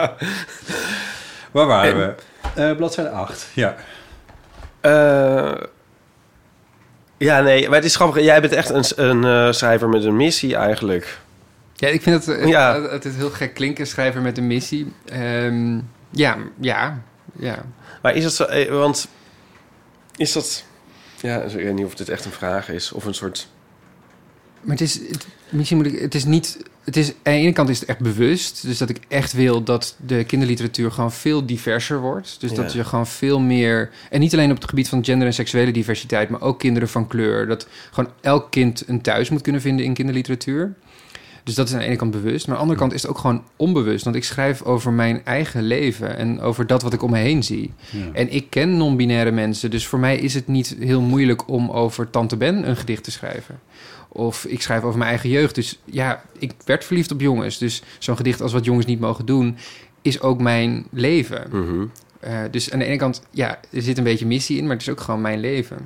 Waar waren we? Bladzijde 8. Ja. Ja, nee, maar het is grappig. Jij bent echt een schrijver met een missie eigenlijk. Ja, ik vind het heel gek klinken, schrijver met een missie. Ja. Maar is dat zo... Want is dat... Ja, ik weet niet of dit echt een vraag is of een soort... Maar het is niet... Aan de ene kant is het echt bewust. Dus dat ik echt wil dat de kinderliteratuur gewoon veel diverser wordt. Dus dat je gewoon veel meer... En niet alleen op het gebied van gender en seksuele diversiteit, maar ook kinderen van kleur. Dat gewoon elk kind een thuis moet kunnen vinden in kinderliteratuur. Dus dat is aan de ene kant bewust. Maar aan de andere kant is het ook gewoon onbewust. Want ik schrijf over mijn eigen leven en over dat wat ik om me heen zie. Ja. En ik ken non-binaire mensen. Dus voor mij is het niet heel moeilijk om over Tante Ben een gedicht te schrijven. Of ik schrijf over mijn eigen jeugd. Dus ja, ik werd verliefd op jongens. Dus zo'n gedicht als Wat jongens niet mogen doen is ook mijn leven. Mm-hmm. Dus aan de ene kant, er zit een beetje missie in, maar het is ook gewoon mijn leven.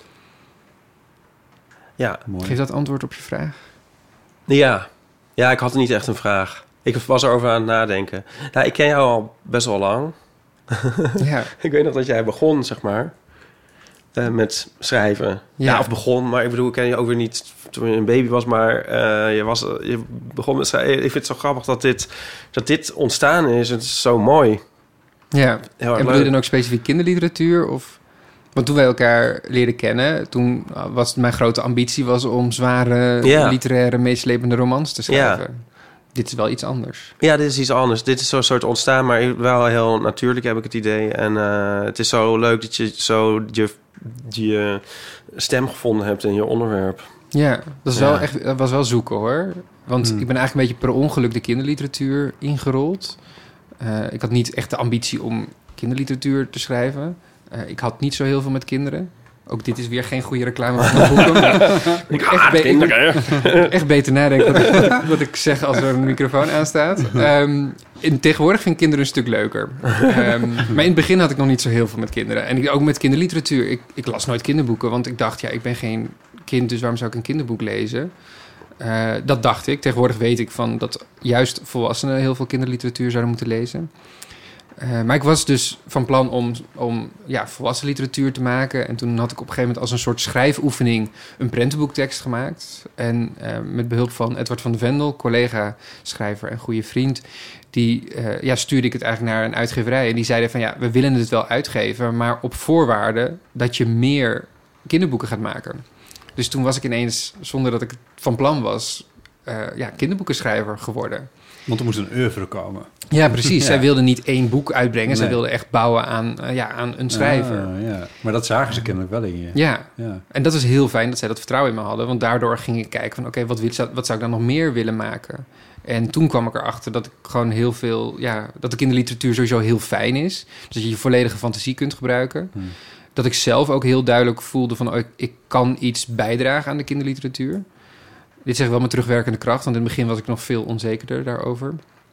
Ja, mooi. Geeft dat antwoord op je vraag? Ja, ik had niet echt een vraag. Ik was erover aan het nadenken. Nou, ik ken jou al best wel lang. Ja. Ik weet nog dat jij begon, zeg maar, met schrijven. Ja, of begon, maar ik bedoel, ik ken je ook weer niet toen je een baby was, maar je begon met schrijven. Ik vind het zo grappig dat dit ontstaan is. Het is zo mooi. Ja, en bedoel je dan ook specifiek kinderliteratuur? Of... Want toen wij elkaar leerden kennen, toen was mijn grote ambitie om zware literaire meeslepende romans te schrijven. dit is wel iets anders. Ja, dit is iets anders. Dit is zo'n soort ontstaan, maar wel heel natuurlijk heb ik het idee. En het is zo leuk dat je zo je stem gevonden hebt in je onderwerp. Ja, dat was wel zoeken hoor. Want ik ben eigenlijk een beetje per ongeluk de kinderliteratuur ingerold. Ik had niet echt de ambitie om kinderliteratuur te schrijven. Ik had niet zo heel veel met kinderen. Ook dit is weer geen goede reclame voor mijn boeken. Ik moet echt beter nadenken wat ik zeg als er een microfoon aanstaat. Tegenwoordig vind ik kinderen een stuk leuker. Maar in het begin had ik nog niet zo heel veel met kinderen. En ook met kinderliteratuur. Ik las nooit kinderboeken, want ik dacht, ik ben geen kind, dus waarom zou ik een kinderboek lezen? Dat dacht ik. Tegenwoordig weet ik van dat juist volwassenen heel veel kinderliteratuur zouden moeten lezen. Maar ik was dus van plan om volwassen literatuur te maken. En toen had ik op een gegeven moment als een soort schrijfoefening een prentenboektekst gemaakt. En met behulp van Edward van de Vendel, collega, schrijver en goede vriend, die stuurde ik het eigenlijk naar een uitgeverij. En die zeiden van we willen het wel uitgeven, maar op voorwaarde dat je meer kinderboeken gaat maken. Dus toen was ik ineens, zonder dat ik van plan was, kinderboekenschrijver geworden. Want er moest een oeuvre komen. Ja, precies. Zij wilden niet 1 boek uitbrengen. Nee. Zij wilden echt bouwen aan een schrijver. Ja. Maar dat zagen ze kennelijk wel in je. Ja. En dat is heel fijn dat zij dat vertrouwen in me hadden. Want daardoor ging ik kijken van oké, wat zou ik dan nog meer willen maken? En toen kwam ik erachter dat ik gewoon heel veel... dat de kinderliteratuur sowieso heel fijn is. Dus dat je je volledige fantasie kunt gebruiken. Dat ik zelf ook heel duidelijk voelde van ik kan iets bijdragen aan de kinderliteratuur. Dit zeg ik wel met terugwerkende kracht, want in het begin was ik nog veel onzekerder daarover.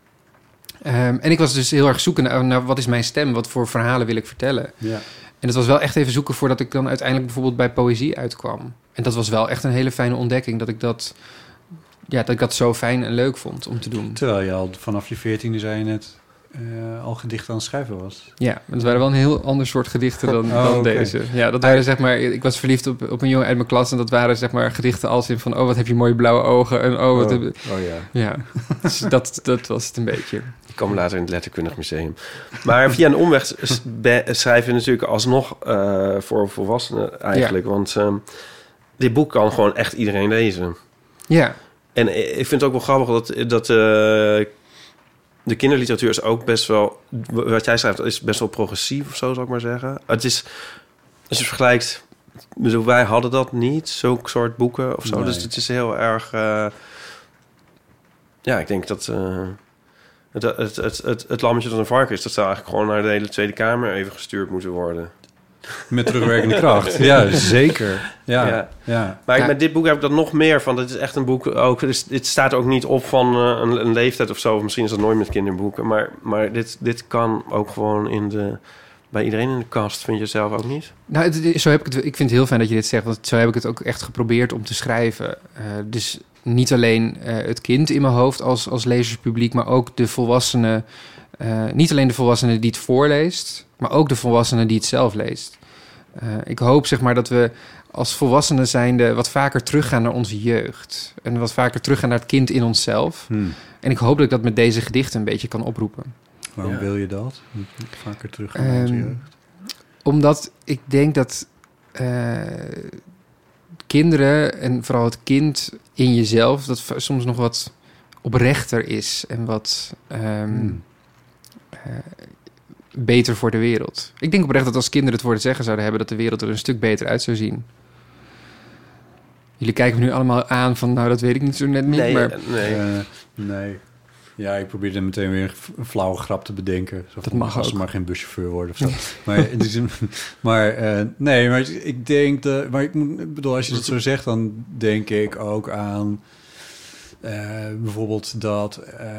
En ik was dus heel erg zoeken naar wat is mijn stem, wat voor verhalen wil ik vertellen. Ja. En het was wel echt even zoeken voordat ik dan uiteindelijk bijvoorbeeld bij poëzie uitkwam. En dat was wel echt een hele fijne ontdekking, dat ik dat zo fijn en leuk vond om te doen. Terwijl je al vanaf je 14e, zei je net, al gedichten aan het schrijven was. Ja, het waren wel een heel ander soort gedichten dan deze. Ja, dat waren zeg maar... Ik was verliefd op een jongen uit mijn klas en dat waren zeg maar gedichten als in van wat heb je mooie blauwe ogen en wat heb je... Ja, dus dat was het een beetje. Die komen later in het Letterkundig Museum. Maar via een omweg schrijf je natuurlijk alsnog voor volwassenen eigenlijk. Ja. Want dit boek kan gewoon echt iedereen lezen. Ja. En ik vind het ook wel grappig dat de kinderliteratuur is ook best wel... Wat jij schrijft is best wel progressief of zo, zou ik maar zeggen. Het is... Als je vergelijkt... wij hadden dat niet, zulke soort boeken of zo. Nee. Dus het is heel erg... ik denk dat... Het lammetje dat een varken is... dat zou eigenlijk gewoon naar de hele Tweede Kamer even gestuurd moeten worden. Met terugwerkende kracht. Ja, zeker. Ja. Maar met dit boek heb ik dat nog meer van. Het is echt een boek ook. Het staat ook niet op van een leeftijd of zo. Of misschien is dat nooit met kinderboeken. Maar dit kan ook gewoon bij iedereen in de kast. Vind je zelf ook niet? Nou, zo heb ik het. Ik vind het heel fijn dat je dit zegt. Want zo heb ik het ook echt geprobeerd om te schrijven. Dus niet alleen het kind in mijn hoofd als lezerspubliek, maar ook de volwassenen. Niet alleen de volwassene die het voorleest, maar ook de volwassene die het zelf leest. Ik hoop zeg maar dat we als volwassenen zijnde wat vaker teruggaan naar onze jeugd. En wat vaker teruggaan naar het kind in onszelf. En ik hoop dat ik dat met deze gedichten een beetje kan oproepen. Waarom wil je dat? Vaker teruggaan naar onze jeugd? Omdat ik denk dat kinderen en vooral het kind in jezelf, dat soms nog wat oprechter is en wat... beter voor de wereld. Ik denk oprecht dat als kinderen het voor het zeggen zouden hebben, dat de wereld er een stuk beter uit zou zien. Jullie kijken me nu allemaal aan van, dat weet ik niet zo net niet. Nee. Ja, ik probeerde meteen weer een flauwe grap te bedenken. Zo dat mag als ook. Ze maar geen buschauffeur worden of zo. maar ik denk dat... Maar ik bedoel, als je dat zo zegt, dan denk ik ook aan bijvoorbeeld dat...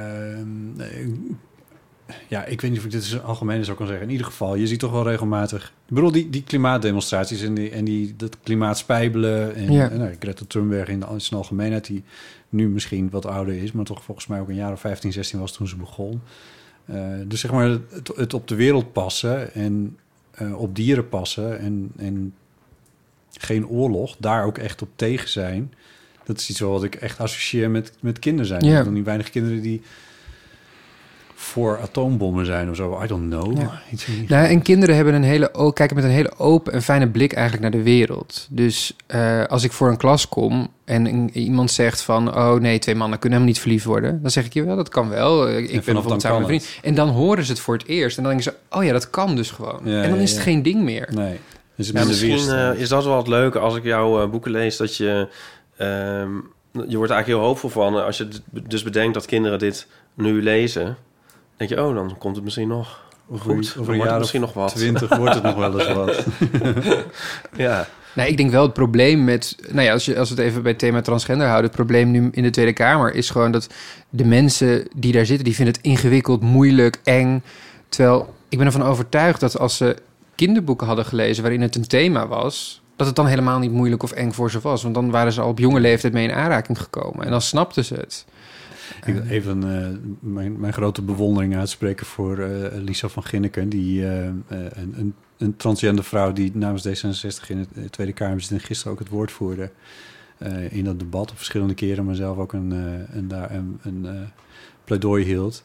ik weet niet of ik dit is algemeen zo kan zeggen. In ieder geval, je ziet toch wel regelmatig... Ik bedoel, die klimaatdemonstraties en dat klimaatspijbelen... en Greta Thunberg in zijn algemeenheid... die nu misschien wat ouder is... maar toch volgens mij ook een jaar of 15, 16 was toen ze begon. Dus zeg maar, het op de wereld passen... en op dieren passen... en geen oorlog, daar ook echt op tegen zijn... dat is iets wat ik echt associeer met kinderen zijn. Er zijn niet weinig kinderen die... voor atoombommen zijn of zo. I don't know. Ja. Nou, en kinderen hebben kijken met een hele open en fijne blik eigenlijk naar de wereld. Dus als ik voor een klas kom en iemand zegt van... oh nee, 2 mannen kunnen helemaal niet verliefd worden. Dan zeg ik, jawel, dat kan wel. Ik ben bijvoorbeeld samen met een vriend. En dan horen ze het voor het eerst. En dan denken ze, oh ja, dat kan dus gewoon. Ja, en dan is het geen ding meer. Nee. Dus misschien is dat wel het leuke als ik jouw boeken lees... dat je... je wordt er eigenlijk heel hoopvol van. Als je dus bedenkt dat kinderen dit nu lezen... denk je, oh, dan komt het misschien nog goed. Over een jaar misschien nog wat. 20 wordt het nog wel eens wat. Ja. Nee, ik denk wel het probleem met... Nou ja, als we het even bij het thema transgender houden... het probleem nu in de Tweede Kamer is gewoon dat de mensen die daar zitten... die vinden het ingewikkeld, moeilijk, eng. Terwijl ik ben ervan overtuigd dat als ze kinderboeken hadden gelezen... waarin het een thema was... dat het dan helemaal niet moeilijk of eng voor ze was. Want dan waren ze al op jonge leeftijd mee in aanraking gekomen. En dan snapten ze het. Ik wil even mijn grote bewondering uitspreken voor Lisa van Ginneken... die een transgender vrouw die namens D66 in de Tweede Kamer zit... en gisteren ook het woord voerde in dat debat op verschillende keren... maar zelf ook een pleidooi hield.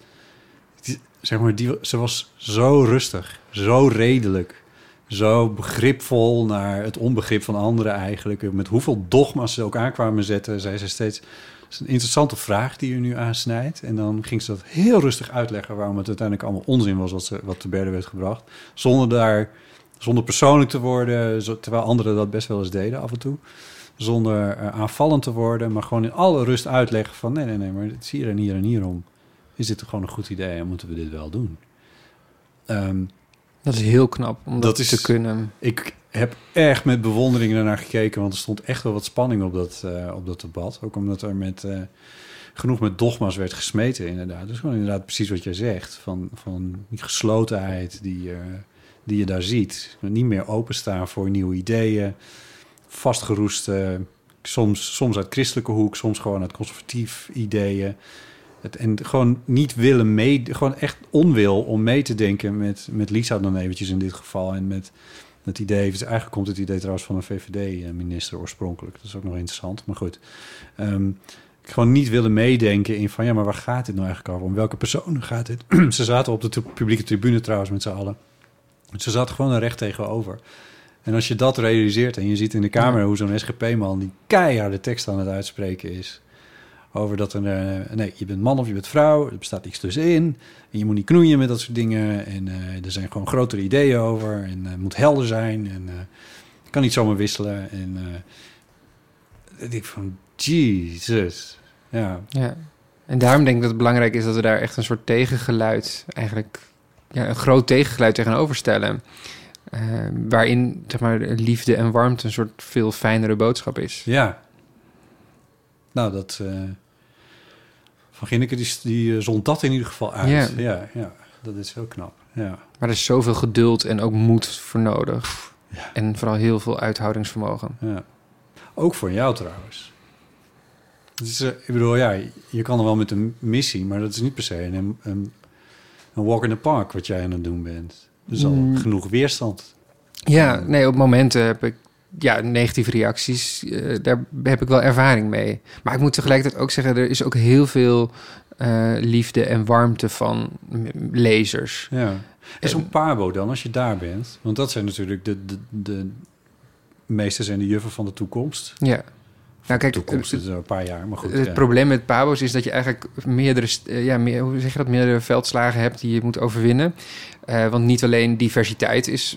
Ze was zo rustig, zo redelijk... zo begripvol naar het onbegrip van anderen eigenlijk. Met hoeveel dogma's ze ook aankwamen zetten... zei ze steeds... Het is een interessante vraag die u nu aansnijdt. En dan ging ze dat heel rustig uitleggen... waarom het uiteindelijk allemaal onzin was wat te berde werd gebracht. Zonder persoonlijk te worden... terwijl anderen dat best wel eens deden af en toe. Zonder aanvallend te worden... maar gewoon in alle rust uitleggen van... nee, maar het is hier en hier en hierom. Is dit gewoon een goed idee en moeten we dit wel doen? Dat is heel knap om dat te kunnen. Ik heb echt met bewondering ernaar gekeken... want er stond echt wel wat spanning op dat debat. Ook omdat er genoeg met dogma's werd gesmeten inderdaad. Dus gewoon inderdaad precies wat jij zegt. Van die geslotenheid die je daar ziet. Niet meer openstaan voor nieuwe ideeën. Vastgeroest, soms uit christelijke hoek... soms gewoon uit conservatief ideeën. En gewoon niet willen gewoon echt onwil om mee te denken met Lisa dan eventjes in dit geval. En met het idee, eigenlijk komt het idee trouwens van een VVD-minister oorspronkelijk. Dat is ook nog interessant, maar goed. Gewoon niet willen meedenken in van, ja, maar waar gaat dit nou eigenlijk over? Om welke personen gaat dit? Ze zaten op de publieke tribune trouwens met z'n allen. Ze zaten gewoon er recht tegenover. En als je dat realiseert en je ziet in de Kamer hoe zo'n SGP-man die keiharde tekst aan het uitspreken is... over dat je bent man of je bent vrouw, er bestaat niks tussenin. En je moet niet knoeien met dat soort dingen. En er zijn gewoon grotere ideeën over. En het moet helder zijn. En je kan niet zomaar wisselen. En ik denk van, Jesus. Ja. En daarom denk ik dat het belangrijk is dat we daar echt een soort tegengeluid... eigenlijk een groot tegengeluid tegenover stellen. Waarin, zeg maar, liefde en warmte een soort veel fijnere boodschap is. Ja. Nou, dat... Van Ginneken die zond dat in ieder geval uit. Ja, dat is heel knap. Ja. Maar er is zoveel geduld en ook moed voor nodig. Ja. En vooral heel veel uithoudingsvermogen. Ja. Ook voor jou trouwens. Dus, ik bedoel, je kan er wel met een missie... maar dat is niet per se een walk in the park wat jij aan het doen bent. Dus al genoeg weerstand. Ja, nee, op momenten heb ik... Ja, negatieve reacties, daar heb ik wel ervaring mee. Maar ik moet tegelijkertijd ook zeggen... er is ook heel veel liefde en warmte van lezers. Ja. En zo'n Pabo dan, als je daar bent... want dat zijn natuurlijk de meesters en de juffen van de toekomst. Ja. Nou, kijk, de toekomst is een paar jaar, maar goed. Het probleem met Pabo's is dat je eigenlijk meerdere veldslagen hebt... die je moet overwinnen. Want niet alleen diversiteit is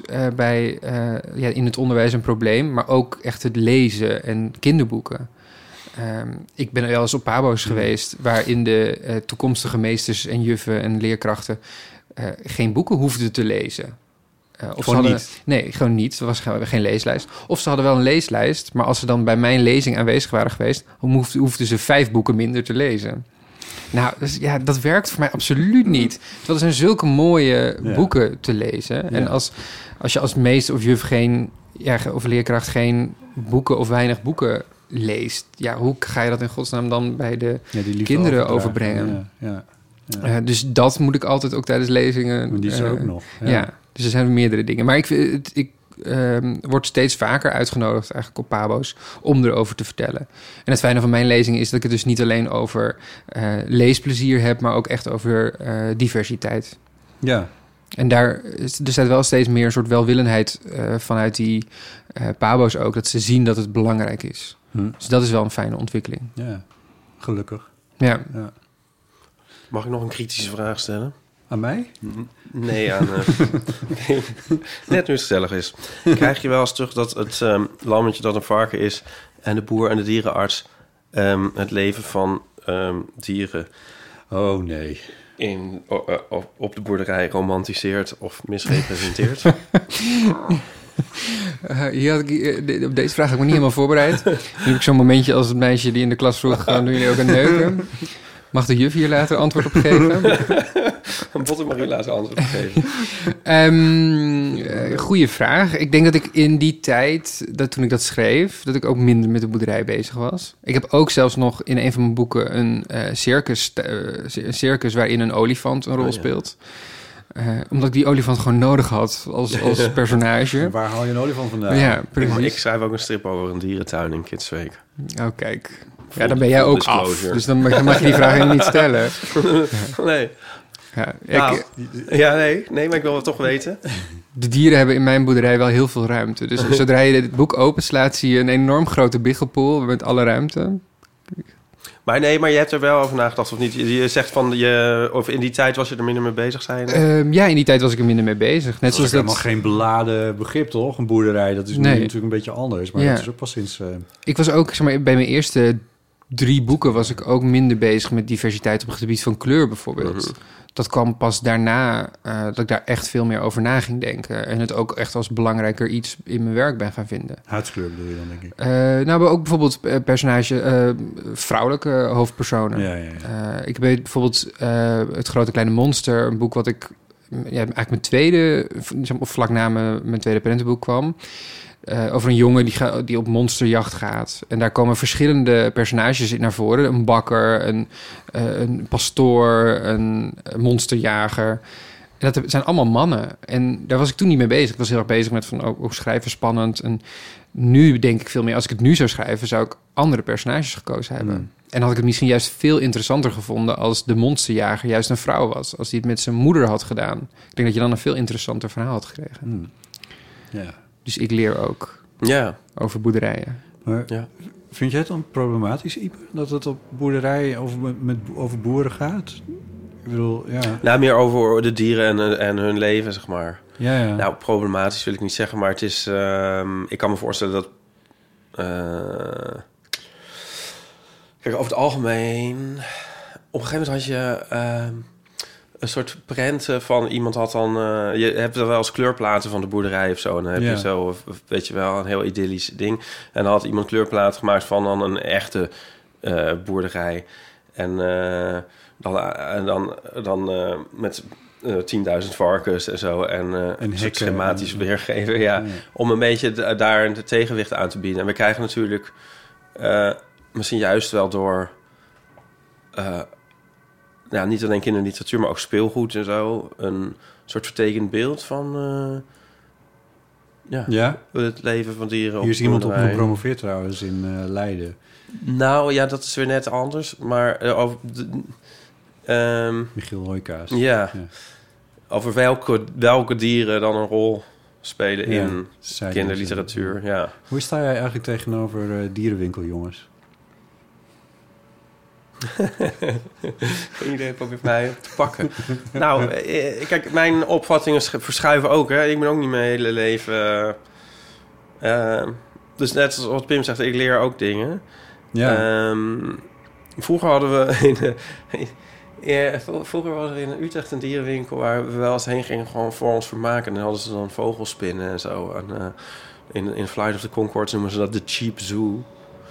in het onderwijs een probleem... maar ook echt het lezen en kinderboeken. Ik ben wel eens op Pabo's geweest... waarin de toekomstige meesters en juffen en leerkrachten... geen boeken hoefden te lezen. Niet? Nee, gewoon niet. Er was geen leeslijst. Of ze hadden wel een leeslijst... maar als ze dan bij mijn lezing aanwezig waren geweest... hoefden ze 5 boeken minder te lezen. Nou, dus, dat werkt voor mij absoluut niet. Terwijl er zijn zulke mooie boeken te lezen. Ja. En als je als meester of juf of leerkracht geen boeken of weinig boeken leest... hoe ga je dat in godsnaam dan bij de kinderen overbrengen? Ja. Dus dat moet ik altijd ook tijdens lezingen... Maar die is er ook nog. Ja. Dus er zijn meerdere dingen. Maar ik word steeds vaker uitgenodigd eigenlijk op Pabo's om erover te vertellen. En het fijne van mijn lezing is dat ik het dus niet alleen over leesplezier heb, maar ook echt over diversiteit. Ja. En er staat wel steeds meer een soort welwillendheid vanuit die Pabo's ook, dat ze zien dat het belangrijk is. Dus dat is wel een fijne ontwikkeling. Ja, gelukkig. Ja. Mag ik nog een kritische vraag stellen? Aan mij? Nee, aan... nee, net nu het gezellig is. Krijg je wel eens terug dat het lammetje dat een varken is en de boer en de dierenarts het leven van dieren... Oh, nee. Op de boerderij romantiseert of misrepresenteert? Op deze vraag heb ik me niet helemaal voorbereid. Nu heb ik zo'n momentje als het meisje die in de klas vroeg... doen jullie ook een neuken? Mag de juf hier later antwoord op geven? Botte mag hier later antwoord op geven. Goeie vraag. Ik denk dat ik in die tijd, toen ik dat schreef... dat ik ook minder met de boerderij bezig was. Ik heb ook zelfs nog in een van mijn boeken... een circus waarin een olifant een rol speelt. Omdat ik die olifant gewoon nodig had als personage. Waar haal je een olifant vandaan? Ja, precies. Ik schrijf ook een strip over een dierentuin in Kidsweek. Oh, kijk. Ja, dan ben jij ook af. Dus dan mag je die vraag niet stellen. Nee. Ja, nee, maar ik wil het toch weten. De dieren hebben in mijn boerderij wel heel veel ruimte. Dus zodra je het boek openslaat, zie je een enorm grote biggelpool met alle ruimte. Maar je hebt er wel over nagedacht, of niet? Je zegt of in die tijd was je er minder mee bezig, zei je? Ja, in die tijd was ik er minder mee bezig. Net zoals dat is helemaal geen beladen begrip, toch? Een boerderij, dat is nu natuurlijk een beetje anders. Maar dat is ook pas sinds... Ik was ook, bij mijn eerste 3 boeken was ik ook minder bezig met diversiteit op het gebied van kleur bijvoorbeeld. Dat kwam pas daarna dat ik daar echt veel meer over na ging denken. En het ook echt als belangrijker iets in mijn werk ben gaan vinden. Huidskleur bedoel je dan, denk ik? Maar ook bijvoorbeeld vrouwelijke hoofdpersonen. Ja. Ik weet bijvoorbeeld Het Grote Kleine Monster, een boek wat ik eigenlijk mijn tweede, of vlak na mijn tweede prentenboek kwam. Over een jongen die op monsterjacht gaat. En daar komen verschillende personages in naar voren. Een bakker, een pastoor, een monsterjager. En dat zijn allemaal mannen. En daar was ik toen niet mee bezig. Ik was heel erg bezig met ook schrijven spannend. En nu denk ik veel meer, als ik het nu zou schrijven, zou ik andere personages gekozen hebben. En dan had ik het misschien juist veel interessanter gevonden als de monsterjager juist een vrouw was. Als hij het met zijn moeder had gedaan. Ik denk dat je dan een veel interessanter verhaal had gekregen. Ja. Dus ik leer ook over boerderijen. Maar vind jij het dan problematisch, Ipe, dat het op boerderijen over boeren gaat? Ik bedoel, Nou, meer over de dieren en hun leven, zeg maar. Ja. Nou, problematisch wil ik niet zeggen, maar het is... ik kan me voorstellen dat... kijk, over het algemeen... Op een gegeven moment had je... een soort prenten van iemand had dan... je hebt er wel eens kleurplaten van de boerderij of zo. En dan heb je zo, weet je wel, een heel idyllisch ding. En dan had iemand kleurplaten gemaakt van dan een echte boerderij. En dan met 10.000 varkens en zo. En schematisch weergeven. Ja. Om een beetje daar een tegenwicht aan te bieden. En we krijgen natuurlijk misschien juist wel door... niet alleen kinderliteratuur, maar ook speelgoed en zo. Een soort vertekend beeld van het leven van dieren. Hier is iemand op gepromoveerd trouwens in Leiden. Nou ja, dat is weer net anders. Maar Michiel Hoijkaas. Ja. Over welke dieren dan een rol spelen in kinderliteratuur. Ja. Hoe sta jij eigenlijk tegenover dierenwinkeljongens? Geen idee, probeer mij te pakken. Nou, kijk, mijn opvattingen verschuiven ook. Hè. Ik ben ook niet mijn hele leven... dus net zoals wat Pim zegt, ik leer ook dingen. Ja. Vroeger hadden we... vroeger was er in Utrecht een dierenwinkel... waar we wel eens heen gingen gewoon voor ons vermaken. En dan hadden ze dan vogelspinnen en zo. En, in Flight of the Conchords noemen ze dat de cheap zoo.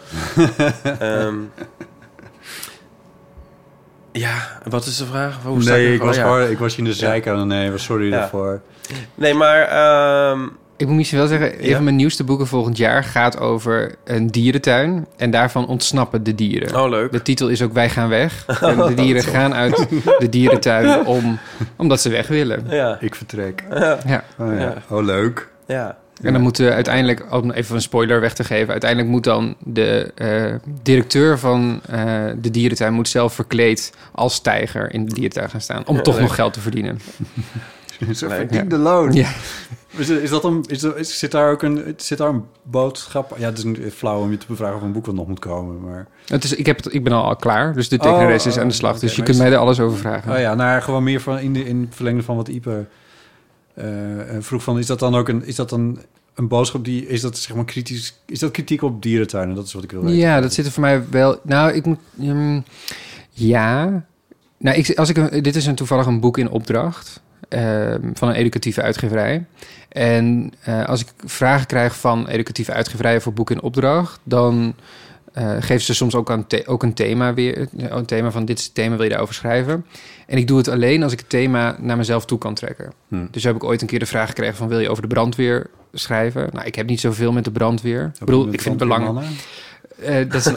Ja, wat is de vraag? Ik was je in de zeik aan. Nee, sorry daarvoor. Nee, maar... Ik moet misschien wel zeggen, een van mijn nieuwste boeken volgend jaar gaat over een dierentuin. En daarvan ontsnappen de dieren. Oh, leuk. De titel is ook Wij gaan weg. En de dieren gaan uit de dierentuin omdat ze weg willen. Ja. Ik vertrek. Ja. Oh, leuk. Ja. En dan moet uiteindelijk, om even een spoiler weg te geven... uiteindelijk moet dan de directeur van de dierentuin... moet zelf verkleed als tijger in de dierentuin gaan staan... om toch nog geld te verdienen. Ze verdiende loon. Ja. Zit daar een boodschap? Ja, het is niet flauw om je te bevragen of een boek wat nog moet komen, maar... Ik ben al klaar, dus de tekenares is aan de slag. Dus je kunt mij er alles over vragen. Oh ja, nou gewoon meer van in het verlengde van wat Ipe vroeg van... Is dat dan een boodschap die... Is dat zeg maar kritisch... Is dat kritiek op dierentuinen? Dat is wat ik wil weten. Ja, dat zit er voor mij wel... Nou, ik moet... ja... Nou, dit is toevallig een boek in opdracht... van een educatieve uitgeverij. En als ik vragen krijg van educatieve uitgeverijen voor boeken in opdracht... dan geven ze soms ook een thema weer. Een thema van dit is het thema, wil je daarover schrijven? En ik doe het alleen als ik het thema naar mezelf toe kan trekken. Dus heb ik ooit een keer de vraag gekregen van... wil je over de brandweer schrijven? Nou, ik heb niet zoveel met de brandweer. Ik bedoel, ik vind het belangrijk... dat is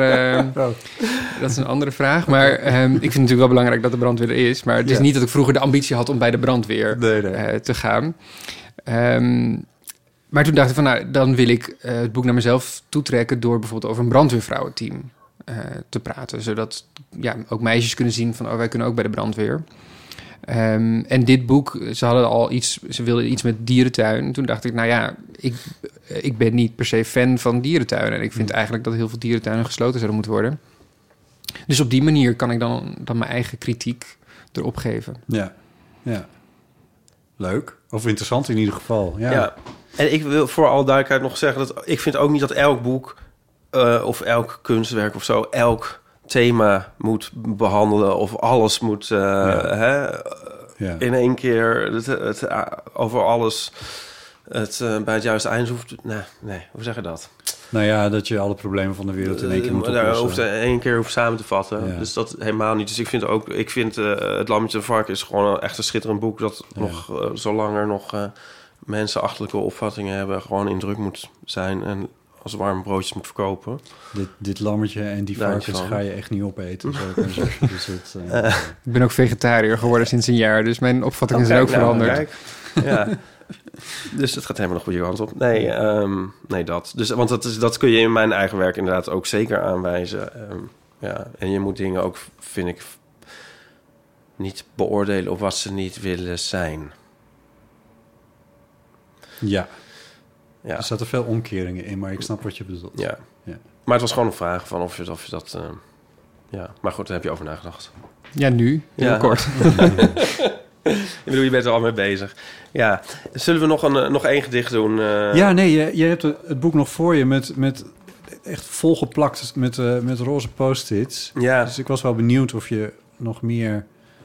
een andere vraag. Maar ik vind het natuurlijk wel belangrijk dat de brandweer er is. Maar het is niet dat ik vroeger de ambitie had om bij de brandweer te gaan. Maar toen dacht ik van, nou, dan wil ik het boek naar mezelf toetrekken... door bijvoorbeeld over een brandweervrouwenteam te praten. Zodat ook meisjes kunnen zien van, wij kunnen ook bij de brandweer. En dit boek, ze wilden iets met dierentuin. Toen dacht ik, nou ja, ik ben niet per se fan van dierentuinen. En ik vind eigenlijk dat heel veel dierentuinen gesloten zouden moeten worden. Dus op die manier kan ik dan mijn eigen kritiek erop geven. Ja. Leuk. Of interessant in ieder geval. Ja. En ik wil voor alle duidelijkheid nog zeggen... dat ik vind ook niet dat elk boek of elk kunstwerk of zo... elk thema moet behandelen of alles moet in één keer het over alles bij het juiste eind hoeft. Nee, hoe zeg je dat? Nou ja, dat je alle problemen van de wereld in één keer moet oplossen. Één keer hoeft samen te vatten. Ja. Dus dat helemaal niet. Dus ik vind Het Lammetje en Varken is gewoon echt een schitterend boek dat nog zolang er nog mensen achterlijke opvattingen hebben, gewoon in druk moet zijn en als warme broodjes moet verkopen. Dit lammetje en die varkens ga je echt niet opeten. Zou ik maar zeggen. Dus ik ben ook vegetariër geworden sinds een jaar, dus mijn opvattingen zijn ook veranderd. Ja. Dus het gaat helemaal de goede kant op. Nee, dat. Dus, want dat kun je in mijn eigen werk inderdaad ook zeker aanwijzen. En je moet dingen ook, vind ik, niet beoordelen op wat ze niet willen zijn. Ja. Er zaten veel omkeringen in, maar ik snap wat je bedoelt. Ja. Maar het was gewoon een vraag van of je dat... Maar goed, daar heb je over nagedacht. Ja, nu. Heel kort. Ik bedoel, je bent er al mee bezig. Ja. Zullen we nog één gedicht doen? Ja, nee, je hebt het boek nog voor je met echt volgeplakt met roze post-its. Ja. Dus ik was wel benieuwd of je nog meer...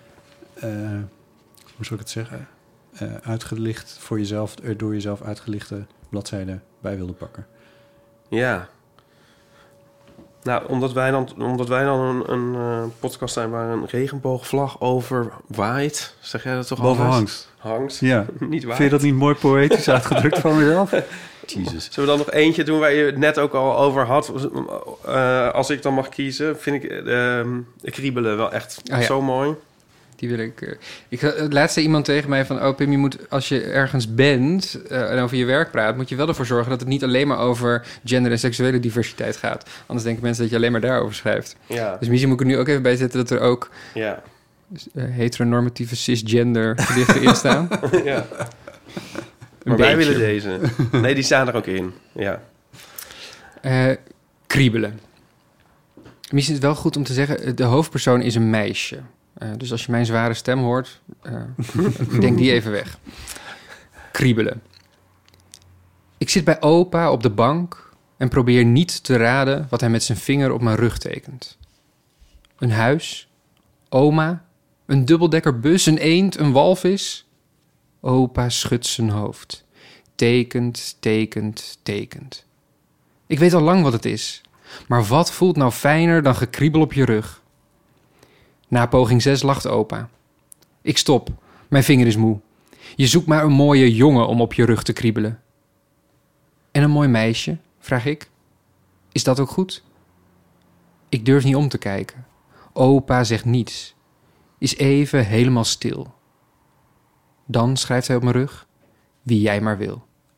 hoe zou ik het zeggen? Uitgelicht voor jezelf, door jezelf uitgelichte bladzijden bij wilde pakken. Ja. Nou, omdat wij dan een podcast zijn waar een regenboogvlag over waait. Zeg jij dat toch al? Boven hangt. Ja. Niet waait. Vind je dat niet mooi poëtisch uitgedrukt van mezelf? Jezus. Zullen we dan nog eentje doen waar je het net ook al over had? Als ik dan mag kiezen, vind ik kriebelen wel echt zo mooi. Die wil ik... Het laatste iemand tegen mij van... Pim, je moet, als je ergens bent en over je werk praat... moet je wel ervoor zorgen dat het niet alleen maar over gender- en seksuele diversiteit gaat. Anders denken mensen dat je alleen maar daarover schrijft. Ja. Dus misschien moet ik er nu ook even bij zetten dat er ook... heteronormatieve cisgender gedichten in staan. Ja. Maar wij willen deze. Nee, die staan er ook in. Ja. Kriebelen. Misschien is het wel goed om te zeggen... de hoofdpersoon is een meisje... dus als je mijn zware stem hoort, denk die even weg. Kriebelen. Ik zit bij opa op de bank en probeer niet te raden wat hij met zijn vinger op mijn rug tekent. Een huis, oma, een dubbeldekkerbus, een eend, een walvis. Opa schudt zijn hoofd. Tekent, tekent, tekent. Ik weet al lang wat het is, maar wat voelt nou fijner dan gekriebel op je rug? Na poging 6 lacht opa. Ik stop, mijn vinger is moe. Je zoekt maar een mooie jongen om op je rug te kriebelen. En een mooi meisje, vraag ik. Is dat ook goed? Ik durf niet om te kijken. Opa zegt niets. Is even helemaal stil. Dan schrijft hij op mijn rug, wie jij maar wil.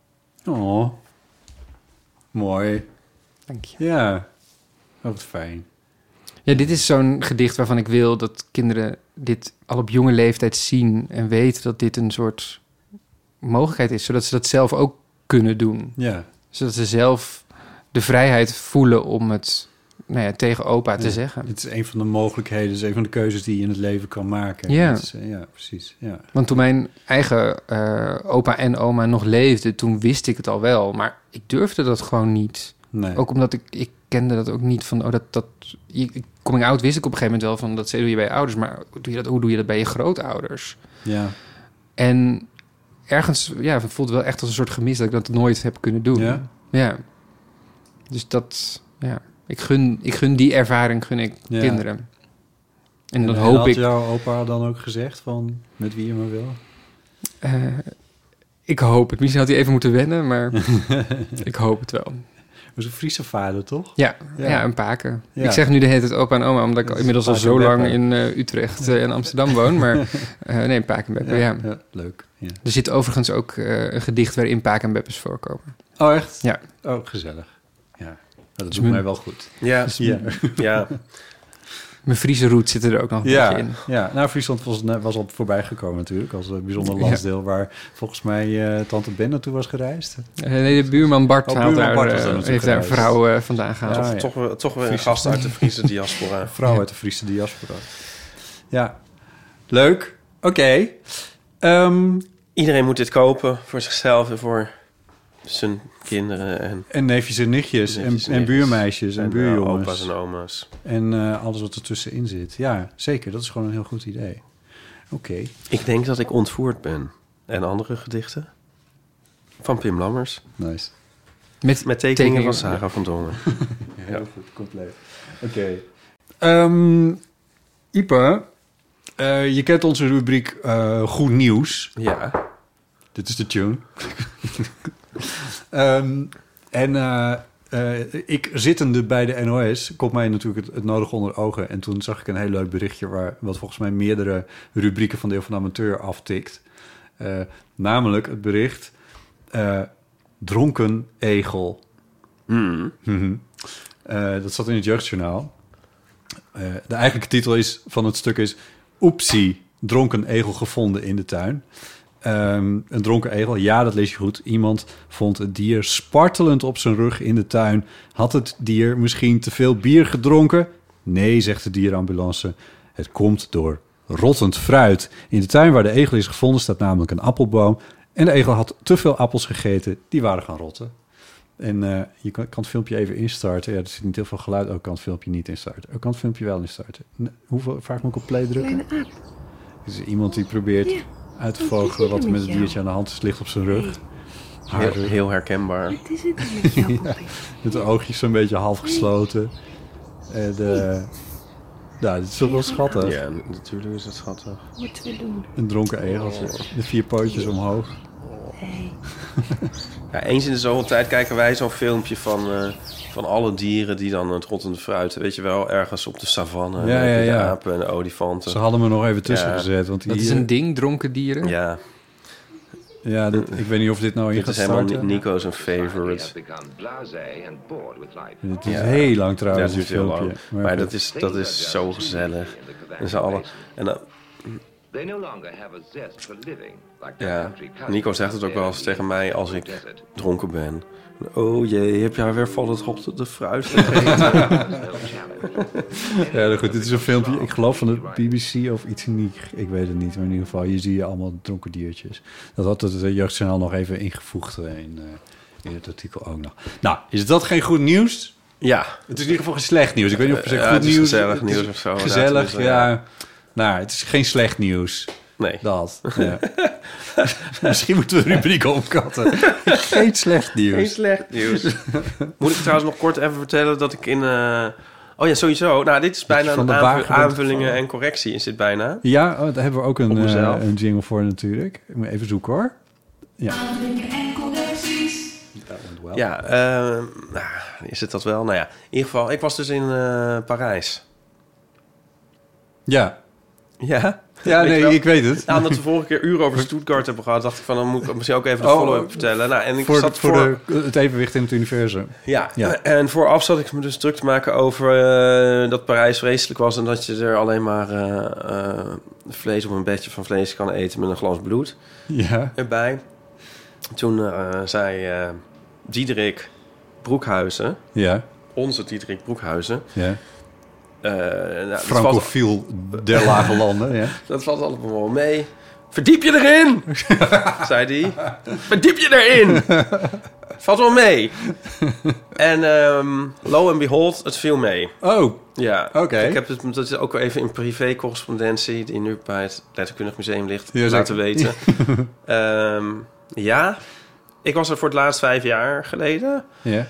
Oh, mooi. Dank je. Ja, wat fijn. Ja, dit is zo'n gedicht waarvan ik wil dat kinderen dit al op jonge leeftijd zien en weten dat dit een soort mogelijkheid is, zodat ze dat zelf ook kunnen doen. Ja. Zodat ze zelf de vrijheid voelen om het tegen opa te zeggen. Het is een van de mogelijkheden, het is een van de keuzes die je in het leven kan maken. Ja, ja, precies. Ja. Want toen mijn eigen opa en oma nog leefden, toen wist ik het al wel, maar ik durfde dat gewoon niet. Nee. Ook omdat ik kende dat ook niet van, coming out wist ik op een gegeven moment wel van, dat doe je bij je ouders, maar hoe doe je dat bij je grootouders? Ja. En ergens, het voelt wel echt als een soort gemis dat ik dat nooit heb kunnen doen. Ja. Dus dat, ik gun die ervaring, kinderen. En dan hoop had ik... jouw opa dan ook gezegd van, met wie je maar wil? Ik hoop het. Misschien had hij even moeten wennen, maar ik hoop het wel. Was een Friese vader, toch? Ja, een Paken. Ja. Ik zeg nu de hele tijd opa en oma, omdat ik inmiddels al zo lang in Utrecht en Amsterdam woon. Maar nee, Paken en Beppe, ja. Leuk. Ja. Er zit overigens ook een gedicht waarin Paken en Beppes voorkomen. Oh, echt? Ja. Oh, gezellig. Ja, dat doet mij wel goed. Ja, ja. Mijn Friese roet zit er ook nog een beetje in. Ja, nou, Friesland was al voorbij gekomen natuurlijk, als een bijzonder landsdeel waar volgens mij tante Ben naartoe was gereisd. Nee, de buurman Bart, heeft daar een vrouw vandaan gehaald. Ja, toch weer een gast uit de Friese diaspora. Een vrouw uit de Friese diaspora. Ja, leuk. Oké. Iedereen moet dit kopen voor zichzelf en voor zijn kinderen. En neefjes en nichtjes en buurmeisjes en buurjongens. Opa's en oma's. En alles wat er tussenin zit. Ja, zeker. Dat is gewoon een heel goed idee. Oké. Ik denk dat ik ontvoerd ben. En andere gedichten. Van Pim Lammers. Nice. Met tekeningen van Sarah van Dongen. Heel goed, compleet. Oké. Ipe, je kent onze rubriek Goed Nieuws. Ja. Dit is de tune. Ik zittende bij de NOS komt mij natuurlijk het nodig onder ogen. En toen zag ik een heel leuk berichtje wat volgens mij meerdere rubrieken van Deel van de Amateur aftikt. Namelijk het bericht Dronken egel. Dat zat in het Jeugdjournaal. De eigenlijke titel van het stuk is Oepsie, dronken egel gevonden in de tuin. Een dronken egel, ja, dat lees je goed. Iemand vond het dier spartelend op zijn rug in de tuin. Had het dier misschien te veel bier gedronken? Nee, zegt de dierenambulance. Het komt door rottend fruit. In de tuin waar de egel is gevonden staat namelijk een appelboom. En de egel had te veel appels gegeten. Die waren gaan rotten. En je kan het filmpje even instarten. Ja, er zit niet heel veel geluid. Ook kan het filmpje niet instarten. Ook kan het filmpje wel instarten. Hoeveel vaak moet ik op play drukken? Er is iemand die probeert uit te vogelen wat er met het diertje aan de hand is. Ligt op zijn rug. Heel herkenbaar. Het is het met jou, met de oogjes zo'n beetje half gesloten. Dit is toch wel schattig. Ja, natuurlijk is het schattig. moeten we doen? Een dronken egeltje. De 4 pootjes omhoog. Nee. Ja, eens in de zoveel tijd kijken wij zo'n filmpje van alle dieren die dan het rottende fruit, weet je wel, ergens op de savanne. De apen en de olifanten. Ze hadden me nog even tussen gezet. Want dat is een ding, dronken dieren? Ja. Ja, ik weet niet of dit nou in gaat starten. Dit is helemaal Nico's een favorite. Het is heel lang trouwens, dit filmpje. Lang. Maar dat is zo gezellig. En ze allen... Ja, Nico zegt het ook wel eens tegen mij als ik dronken ben. Oh jee, heb jij weer van het rottende fruit gegeten? Ja, goed, dit is een filmpje, ik geloof van de BBC of iets niet. Ik weet het niet, maar in ieder geval, hier zie je allemaal dronken diertjes. Dat had het Jeugdjournaal nog even ingevoegd in het artikel ook nog. Nou, is dat geen goed nieuws? Ja. Het is in ieder geval geen slecht nieuws. Ik weet niet of het goed nieuws is. Gezellig nieuws of zo. Gezellig, ja. Nou, het is geen slecht nieuws. Nee. Dat. Ja. Misschien moeten we de rubriek omkatten. Geen slecht nieuws. Geen slecht nieuws. Moet ik trouwens nog kort even vertellen dat ik in... Oh ja, sowieso. Nou, dit is bijna een aanvullingen en correctie is dit bijna. Ja, daar hebben we ook een jingle voor natuurlijk. Ik moet even zoeken hoor. Ja. Aanvullingen en correcties. Ja, is het dat wel? Nou ja, in ieder geval, ik was dus in Parijs. Ja. Ja? Ja, Weet je nee, wel? ik weet het. Ja, omdat we vorige keer uren over Stuttgart hebben gehad, dacht ik van, dan moet ik misschien ook even de follow-up vertellen. Nou, en ik zat voor het evenwicht in het universum. Ja, Ja. En vooraf zat ik me dus druk te maken over dat Parijs vreselijk was en dat je er alleen maar vlees op een bedje van vlees kan eten met een glas bloed Ja. erbij. Toen zei Diederik Broekhuizen, Ja. onze Diederik Broekhuizen... Ja. Nou, Francofiel der lage landen, ja. dat valt allemaal wel mee. Verdiep je erin, zei hij. Verdiep je erin. Valt wel mee. En lo and behold, het viel mee. Oh, Ja, Oké. Ik heb het, dat is ook wel even in privé-correspondentie... die nu bij het Letterkundig Museum ligt, Ja, laten zeker. weten. Ja, ik was er voor het laatst 5 jaar geleden. ja.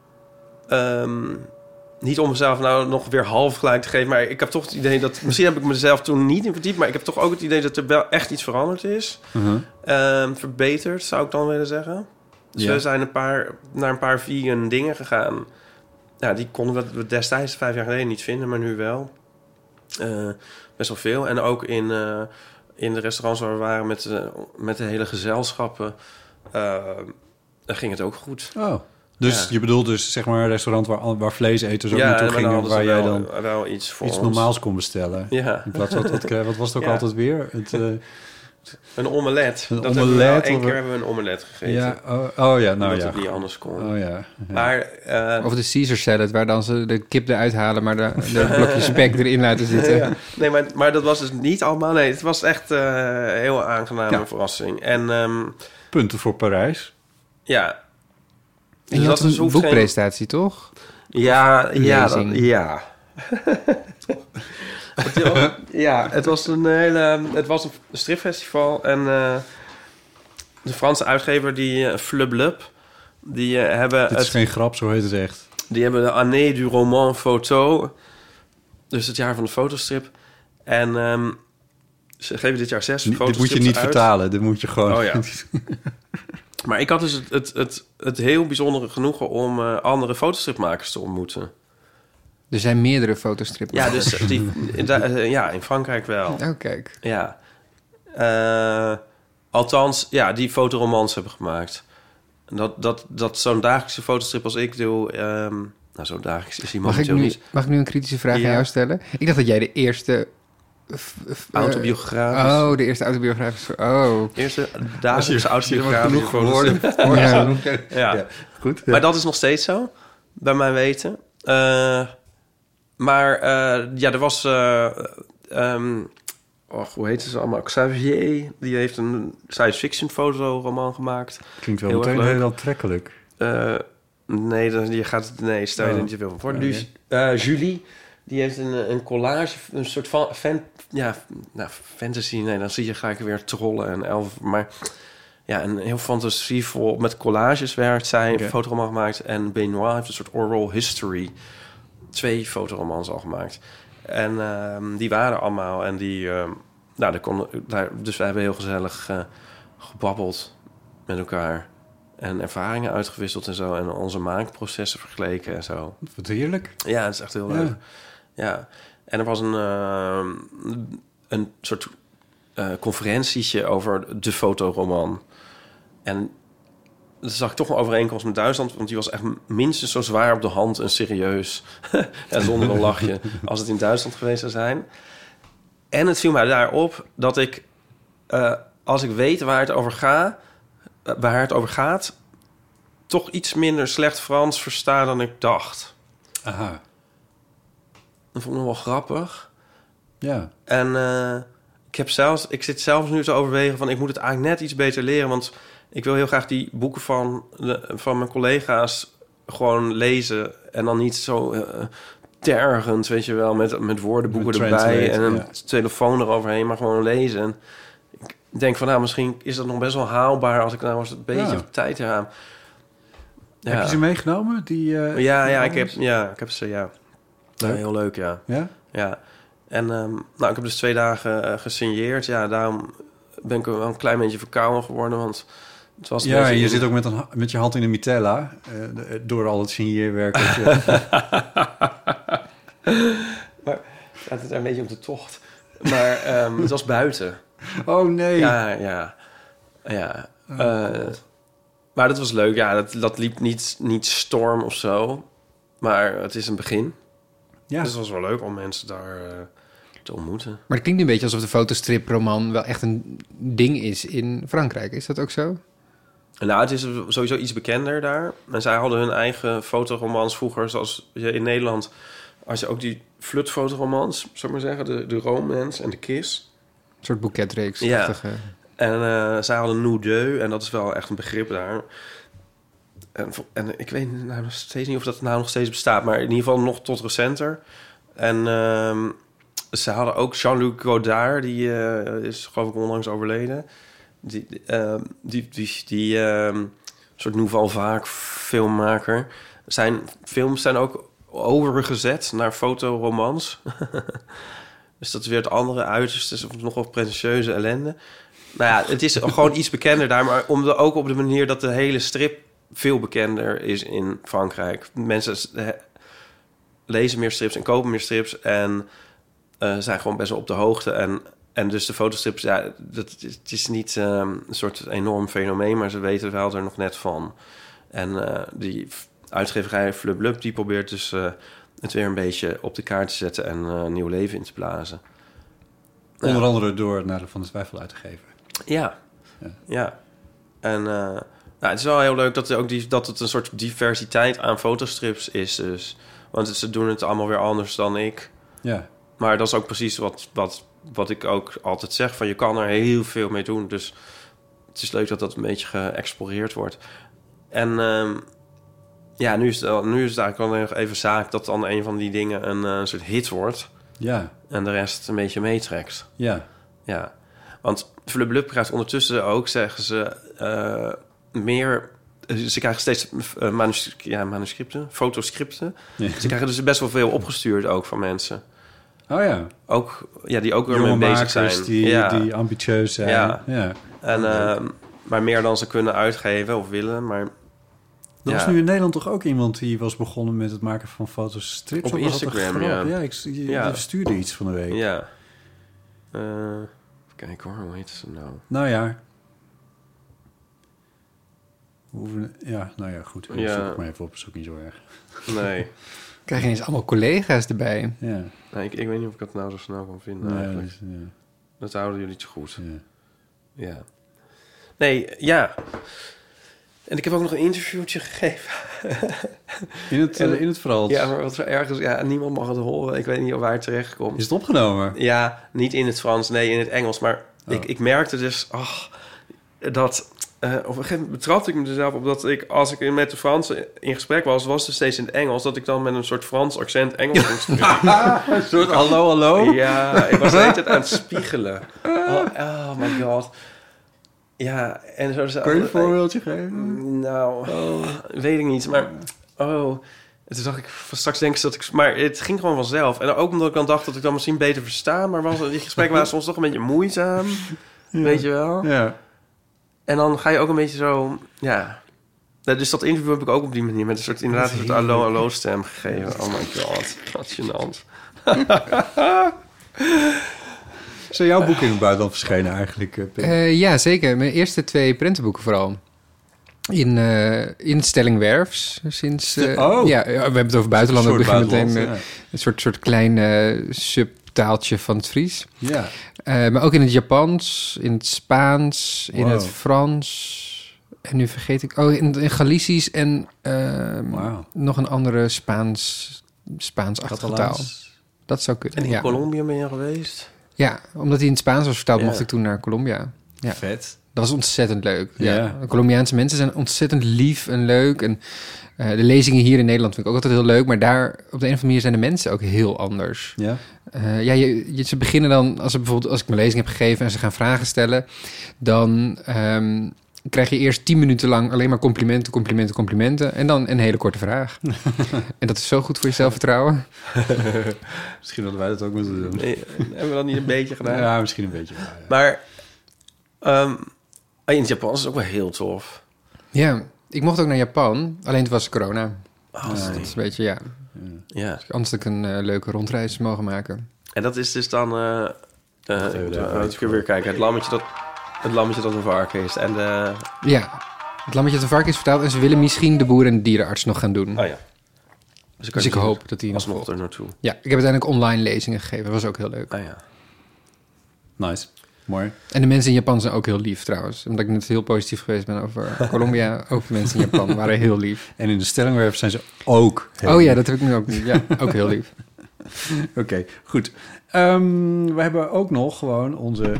Niet om mezelf nou nog weer half gelijk te geven... maar ik heb toch het idee dat... misschien heb ik mezelf toen niet in verdiept... maar ik heb toch ook het idee dat er wel echt iets veranderd is. Verbeterd, zou ik dan willen zeggen. Dus Ja. we zijn naar een paar vegan dingen gegaan. Ja, die konden we destijds 5 jaar geleden niet vinden, maar nu wel. Best wel veel. En ook in de restaurants waar we waren met de hele gezelschappen... ging het ook goed. Oh. Dus Ja. je bedoelt dus zeg maar een restaurant waar vleeseters ook naartoe maar dan gingen... hadden waar ze jij wel, dan wel iets voor iets ons. normaals kon bestellen. Ja, In plaats van, wat was het ook Ja. altijd weer? Het, een omelet. Een Dat omelet, hebben we of- 1 keer hebben we een omelet gegeten. ja, oh ja, nou omdat ja. het niet anders kon. Oh ja. Ja. Maar Of de Caesar salad, waar dan ze de kip eruit halen... maar de blokjes spek erin laten zitten. ja. Nee, maar dat was dus niet allemaal... Nee, het was echt een heel aangename Ja. verrassing. En Punten voor Parijs. ja... En je had dus een hoeft geen- boekpresentatie, toch? Ja, Lezing. ja. Ja, het was het was een stripfestival en de Franse uitgever die Flublub, die hebben Dit is geen grap, zo heet het echt. die hebben de année du roman photo, dus het jaar van de fotostrip. En ze geven dit jaar 6 Dit fotostrips moet je niet uit. vertalen, dit moet je gewoon... Oh ja. Maar ik had dus het heel bijzondere genoegen om andere fotostripmakers te ontmoeten. Er zijn meerdere fotostrips. Ja, dus ja, in Frankrijk wel. Oh, kijk. Ja. Althans, ja, die fotoromans hebben gemaakt. Dat zo'n dagelijkse fotostrip als ik doe... nou, zo dagelijks is hij momenteel niet. Mag ik nu een kritische vraag Ja. aan jou stellen? Ik dacht dat jij de eerste... Autobiografisch. Oh, de eerste autobiografische... Oh. Eerste dagelijkse autobiografische genoeg fotostrip. woorden. Ja. Goed. Maar dat is nog steeds zo, bij mijn weten. Maar ja, er was... hoe heette ze allemaal? Xavier, die heeft een science fiction fotoroman gemaakt. Klinkt wel Heel erg meteen leuk. heel aantrekkelijk. Nee, stel je er niet te veel van voor. Oh, Dus Julie, die heeft een collage, een soort van fantasy. Nee, dan zie je gelijk weer trollen en elfen. Maar ja, een heel fantasievol met collages werkt zij. Oké. Een fotoroman gemaakt. En Benoit heeft een soort oral history. 2 fotoromans al gemaakt. En die waren allemaal. En die, dus wij hebben heel gezellig gebabbeld met elkaar. En ervaringen uitgewisseld en zo. En onze maakprocessen vergeleken en zo. Wat heerlijk. Ja, het is echt heel leuk. Ja. En er was een soort conferentietje over de fotoroman. En dan zag ik toch een overeenkomst met Duitsland... want die was echt minstens zo zwaar op de hand en serieus... en zonder een lachje als het in Duitsland geweest zou zijn. En het viel mij daarop dat ik... als ik weet waar het over gaat... toch iets minder slecht Frans versta dan ik dacht. Aha. Dat vond ik nog wel grappig. Ja. En ik zit zelfs nu te overwegen van... ik moet het eigenlijk net iets beter leren... want ik wil heel graag die boeken van mijn collega's gewoon lezen... en dan niet zo tergend, weet je wel... met woordenboeken Met erbij translate, en een ja. telefoon eroverheen... maar gewoon lezen. En ik denk van, nou, misschien is dat nog best wel haalbaar... als ik nou eens een beetje op tijd raam. Ja. Heb je ze meegenomen? Ik heb ze, ja. Leuk. Heel leuk, ja. Ja? Ja, en ik heb dus 2 dagen gesigneerd. Ja, daarom ben ik wel een klein beetje verkouden geworden, want het was... Ja, en je zit ook met je hand in de mitella... door al het signeerwerk. dat je- Maar gaat het er een beetje om de tocht. Maar het was buiten. Oh nee. Ja. Maar dat was leuk. Ja, dat liep niet storm of zo. Maar het is een begin. Ja. Dus het was wel leuk om mensen daar te ontmoeten. Maar het klinkt een beetje alsof de fotostriproman wel echt een ding is in Frankrijk. Is dat ook zo? Nou, het is sowieso iets bekender daar. En zij hadden hun eigen fotoromans vroeger. Zoals je in Nederland... Als je ook die flutfotoromans, zou ik maar zeggen. De Romance en de Kiss. Een soort boeketreeks. Ja. En zij hadden Nous Deux. En dat is wel echt een begrip daar. En ik weet nou nog steeds niet of dat nou nog steeds bestaat. Maar in ieder geval nog tot recenter. En ze hadden ook Jean-Luc Godard. Die is geloof ik onlangs overleden. Die soort nouvelle vague filmmaker. Zijn films zijn ook overgezet naar fotoromans. Dus dat is weer het andere uiterste, of nog wel pretentieuze ellende. Nou ja, het is gewoon iets bekender daar, maar ook op de manier dat de hele strip veel bekender is in Frankrijk. Mensen lezen meer strips en kopen meer strips en zijn gewoon best wel op de hoogte. En dus de fotostrips, ja, het is niet een soort enorm fenomeen, maar ze weten wel er nog net van. En die uitgeverij Flub Blub, die probeert dus het weer een beetje op de kaart te zetten en nieuw leven in te blazen. Onder andere door Nadeel van de Twijfel uit te geven. Ja. En het is wel heel leuk dat het een soort diversiteit aan fotostrips is. Dus. Want ze doen het allemaal weer anders dan ik. Ja. Maar dat is ook precies wat ik ook altijd zeg. Van je kan er heel veel mee doen. Dus het is leuk dat dat een beetje geëxploreerd wordt. En nu is het eigenlijk wel nog even zaak dat dan een van die dingen een soort hit wordt. Ja. En de rest een beetje meetrekt. Ja. Ja. Want Flub Blub krijgt ondertussen ook, zeggen ze, meer... Ze krijgen steeds manuscripten, fotoscripten. Ja. Ze krijgen dus best wel veel opgestuurd ook van mensen. Oh ja. Ook, ja, die ook weer mee bezig zijn. Die ambitieus zijn. Ja. En, maar meer dan ze kunnen uitgeven of willen. Maar er was nu in Nederland toch ook iemand die was begonnen met het maken van fotostrips? Op Instagram, ja. Je stuurde iets van de week. Ja. Kijk hoor, hoe heet ze nou? Nou ja. Goed. Ik zoek maar even op, zoek niet zo erg. Nee. Krijg je eens allemaal collega's erbij. Ja. Nee, ik weet niet of ik dat nou zo snel kan vinden eigenlijk. Dat houden jullie te goed. Ja. Nee, ja. En ik heb ook nog een interviewtje gegeven. In het Frans? Ja, maar wat zo erg is, ja, niemand mag het horen. Ik weet niet waar het terecht komt. Is het opgenomen? Ja, niet in het Frans, nee, in het Engels. Maar ik merkte dus dat... op een gegeven moment betrapte ik mezelf op dat als ik met de Fransen in gesprek was het steeds in het Engels, dat ik dan met een soort Frans accent Engels moest spreken. Een soort hallo? Ja, ik was de hele tijd aan het spiegelen. Oh my god. Ja, en zo... Kun je een voorbeeldje geven? Nou, weet ik niet, maar... toen dacht ik, straks denk ik dat ik... Maar het ging gewoon vanzelf. En ook omdat ik dan dacht dat ik dan misschien beter versta, maar die gesprekken waren soms toch een beetje moeizaam. Ja. Weet je wel? Ja. En dan ga je ook een beetje zo... Ja. Dus dat interview heb ik ook op die manier... met een soort inderdaad een soort allo stem gegeven. Oh my god. Wat gênant. Zijn jouw boeken in het buitenland verschenen eigenlijk? Ja, zeker. Mijn eerste 2 prentenboeken vooral. In Stellingwerfs. Sinds, ja, we hebben het over buitenland. Ik begin meteen een soort klein subtaaltje van het Fries. Ja. Maar ook in het Japans, in het Spaans, in het Frans. En nu vergeet ik... in Galicisch en nog een andere Spaans-achtige taal. Dat zou kunnen, En in Colombia ben je geweest? Ja, omdat hij in het Spaans was vertaald, mocht ik toen naar Colombia. Ja. Vet. Dat was ontzettend leuk. Ja. De Colombiaanse mensen zijn ontzettend lief en leuk. En de lezingen hier in Nederland vind ik ook altijd heel leuk. Maar daar, op de een of andere manier, zijn de mensen ook heel anders. Ja. Ze beginnen dan, als ik mijn lezing heb gegeven en ze gaan vragen stellen, dan krijg je eerst 10 minuten lang alleen maar complimenten en dan een hele korte vraag. En dat is zo goed voor je zelfvertrouwen. Misschien hadden wij dat ook moeten doen. Nee, hebben we dat niet een beetje gedaan? Ja, misschien een beetje. Ja. Maar in het Japan is het ook wel heel tof. Ja, ik mocht ook naar Japan, alleen het was corona. Oh, dat is een beetje, ja. Anders had ik een leuke rondreis mogen maken. En dat is dus dan Ik moet weer kijken. Het lammetje dat een varken is. En Ja, het lammetje dat een varken is vertaald... en ze willen misschien de boer- en dierenarts nog gaan doen. Oh ja. Dus ik hoop dat die nog alsnog volgt. er naartoe. Ja, ik heb uiteindelijk online lezingen gegeven. Dat was ook heel leuk. Ah ja. Nice. Mooi. En de mensen in Japan zijn ook heel lief trouwens. Omdat ik net heel positief geweest ben over Colombia. Ook de mensen in Japan waren heel lief. En in de stellingwerf zijn ze ook heel Oh ja, lief. dat heb ik nu ook. Ja, ook heel lief. Oké, goed. We hebben ook nog gewoon onze...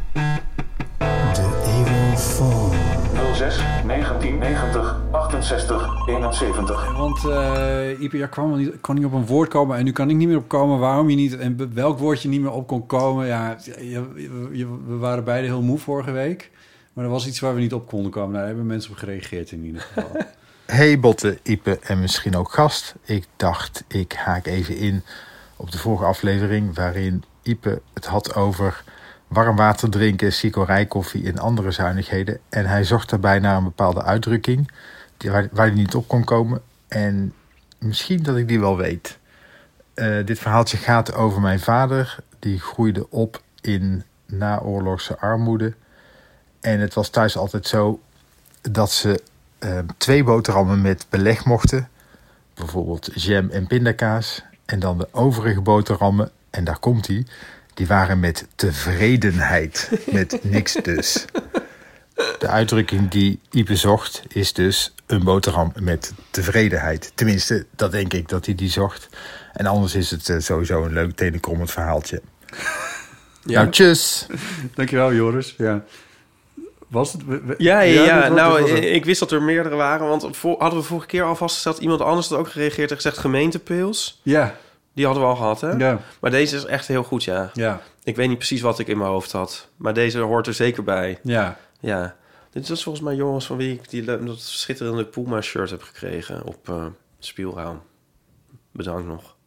De Evil Phone. 06 1990 68 71. Want Ipe, jij kon niet op een woord komen... en nu kan ik niet meer op komen waarom je niet... en welk woord je niet meer op kon komen. Ja, we waren beide heel moe vorige week... maar er was iets waar we niet op konden komen. Nou, daar hebben mensen op gereageerd in ieder geval. Hey Botte, Ipe en misschien ook gast. Ik dacht, ik haak even in op de vorige aflevering... waarin Ipe het had over warm water drinken, cicorijkoffie en andere zuinigheden. En hij zocht daarbij naar een bepaalde uitdrukking waar hij niet op kon komen. En misschien dat ik die wel weet. Dit verhaaltje gaat over mijn vader. Die groeide op in naoorlogse armoede. En het was thuis altijd zo dat ze 2 boterhammen met beleg mochten. Bijvoorbeeld jam en pindakaas. En dan de overige boterhammen, en daar komt hij... die waren met tevredenheid. Met niks dus. De uitdrukking die Ipe zocht is dus een boterham met tevredenheid. Tenminste, dat denk ik dat hij die zocht. En anders is het sowieso een leuk tenenkrommend verhaaltje. Ja. Nou, tjus! Dankjewel, Joris. Ja. Was het? Ja. Dat Nou, was het. ik wist dat er meerdere waren. Want hadden we vorige keer al vastgesteld... iemand anders had ook gereageerd en gezegd gemeentepils. Ja. Die hadden we al gehad, hè? Ja. Maar deze is echt heel goed, ja. Ja. Ik weet niet precies wat ik in mijn hoofd had. Maar deze hoort er zeker bij. Ja. Ja. Dit is volgens mij jongens van wie ik dat schitterende Puma-shirt heb gekregen op Spielraam. Bedankt nog.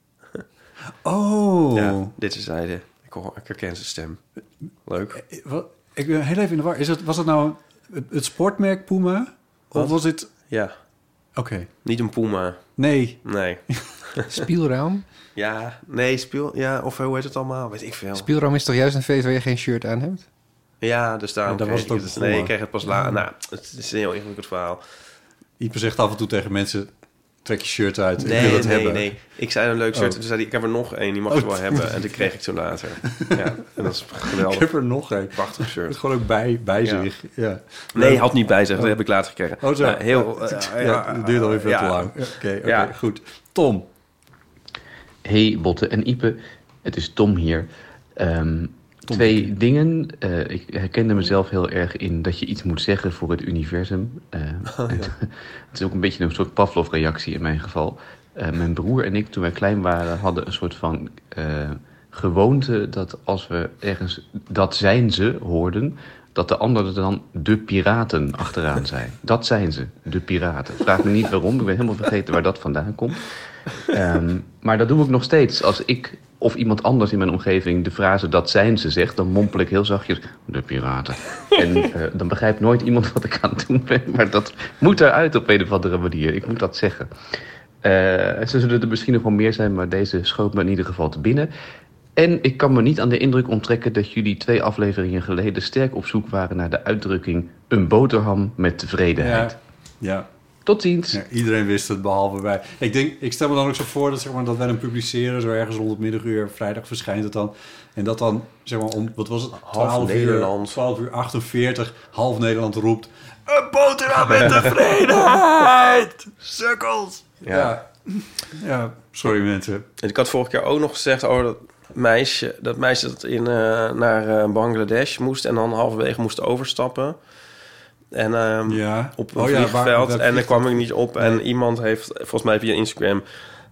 Oh. Ja, dit is zijde. Ik herken zijn stem. Leuk. Ik ben heel even in de war. Was het nou het sportmerk Puma? Wat? Of was het... Ja, Oké. niet een Puma. Nee. Nee. Spielraam? Ja, nee, ja, of hoe heet het allemaal? Weet ik veel. Spielraam is toch juist een feest waar je geen shirt aan hebt? Ja, dus daarom Ja, daar was het ook begonnen. Nee, ik kreeg het pas later. Nou, het is een heel ingewikkeld verhaal. Ipe zegt af en toe tegen mensen... trek je shirt uit, ik wil het hebben. Nee. Ik zei een leuk shirt. En toen zei hij, ik heb er nog één, die mag je wel hebben. En die kreeg ik toen later. Ja, en dat is geweldig. Ik heb er nog een. Prachtig Het shirt. gewoon ook bij zich. Ja. Nee, had niet bij zich. Dat heb ik later gekregen. Oh, zo. Nou, heel... Het duurt alweer veel te lang. Oké, Ja. goed. Tom. Hey Botte en Ipe, het is Tom hier. Twee dingen. Ik herkende mezelf heel erg in dat je iets moet zeggen voor het universum. Het is ook een beetje een soort Pavlov-reactie in mijn geval. Mijn broer en ik, toen wij klein waren, hadden een soort van gewoonte... dat als we ergens dat zijn ze hoorden... dat de ander er dan de piraten achteraan zei. Dat zijn ze, de piraten. Vraag me niet waarom, ik ben helemaal vergeten waar dat vandaan komt. Maar dat doe ik nog steeds. Als ik of iemand anders in mijn omgeving de frase dat zijn ze zegt... dan mompel ik heel zachtjes, de piraten. En dan begrijpt nooit iemand wat ik aan het doen ben. Maar dat moet eruit op een of andere manier. Ik moet dat zeggen. Ze zullen er misschien nog wel meer zijn, maar deze schoot me in ieder geval te binnen. En ik kan me niet aan de indruk onttrekken dat jullie 2 afleveringen geleden sterk op zoek waren naar de uitdrukking een boterham met tevredenheid. Ja. Tot ziens. Ja, iedereen wist het, behalve wij. Ik stel me dan ook zo voor dat, zeg maar, dat wij hem publiceren, zo ergens rond het middaguur, vrijdag verschijnt het dan. En dat dan, zeg maar, om, wat was het? 12 uur 48, half Nederland roept, een boterham met tevredenheid! Sukkels! Ja, sorry mensen. En ik had vorige keer ook nog gezegd over dat meisje dat naar Bangladesh moest en dan halverwege moest overstappen. En op een vliegveld. En daar kwam ik niet op. Nee. En iemand heeft, volgens mij via Instagram...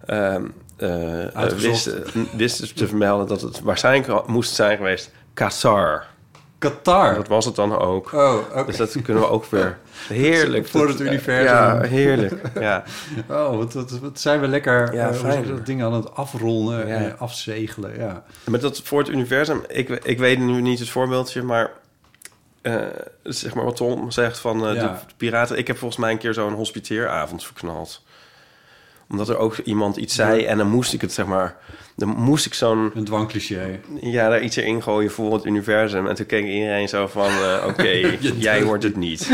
wist te vermelden dat het waarschijnlijk moest zijn geweest Qatar. Dat was het dan ook. Oh, okay. Dus dat kunnen we ook weer... Heerlijk. Voor het universum. Ja, heerlijk. Ja. Oh, wat zijn we lekker fijn. dat ding aan het afronden en afzegelen. Ja. Met dat voor het universum... Ik weet nu niet het voorbeeldje, maar... zeg maar wat Tom zegt van de piraten. Ik heb volgens mij een keer zo'n hospiteeravond verknald. Omdat er ook iemand iets zei en dan moest ik het, zeg maar... Dan moest ik zo'n... Een dwangcliché. Ja, daar iets in gooien voor het universum. En toen keek iedereen zo van... Oké, jij hoort het niet.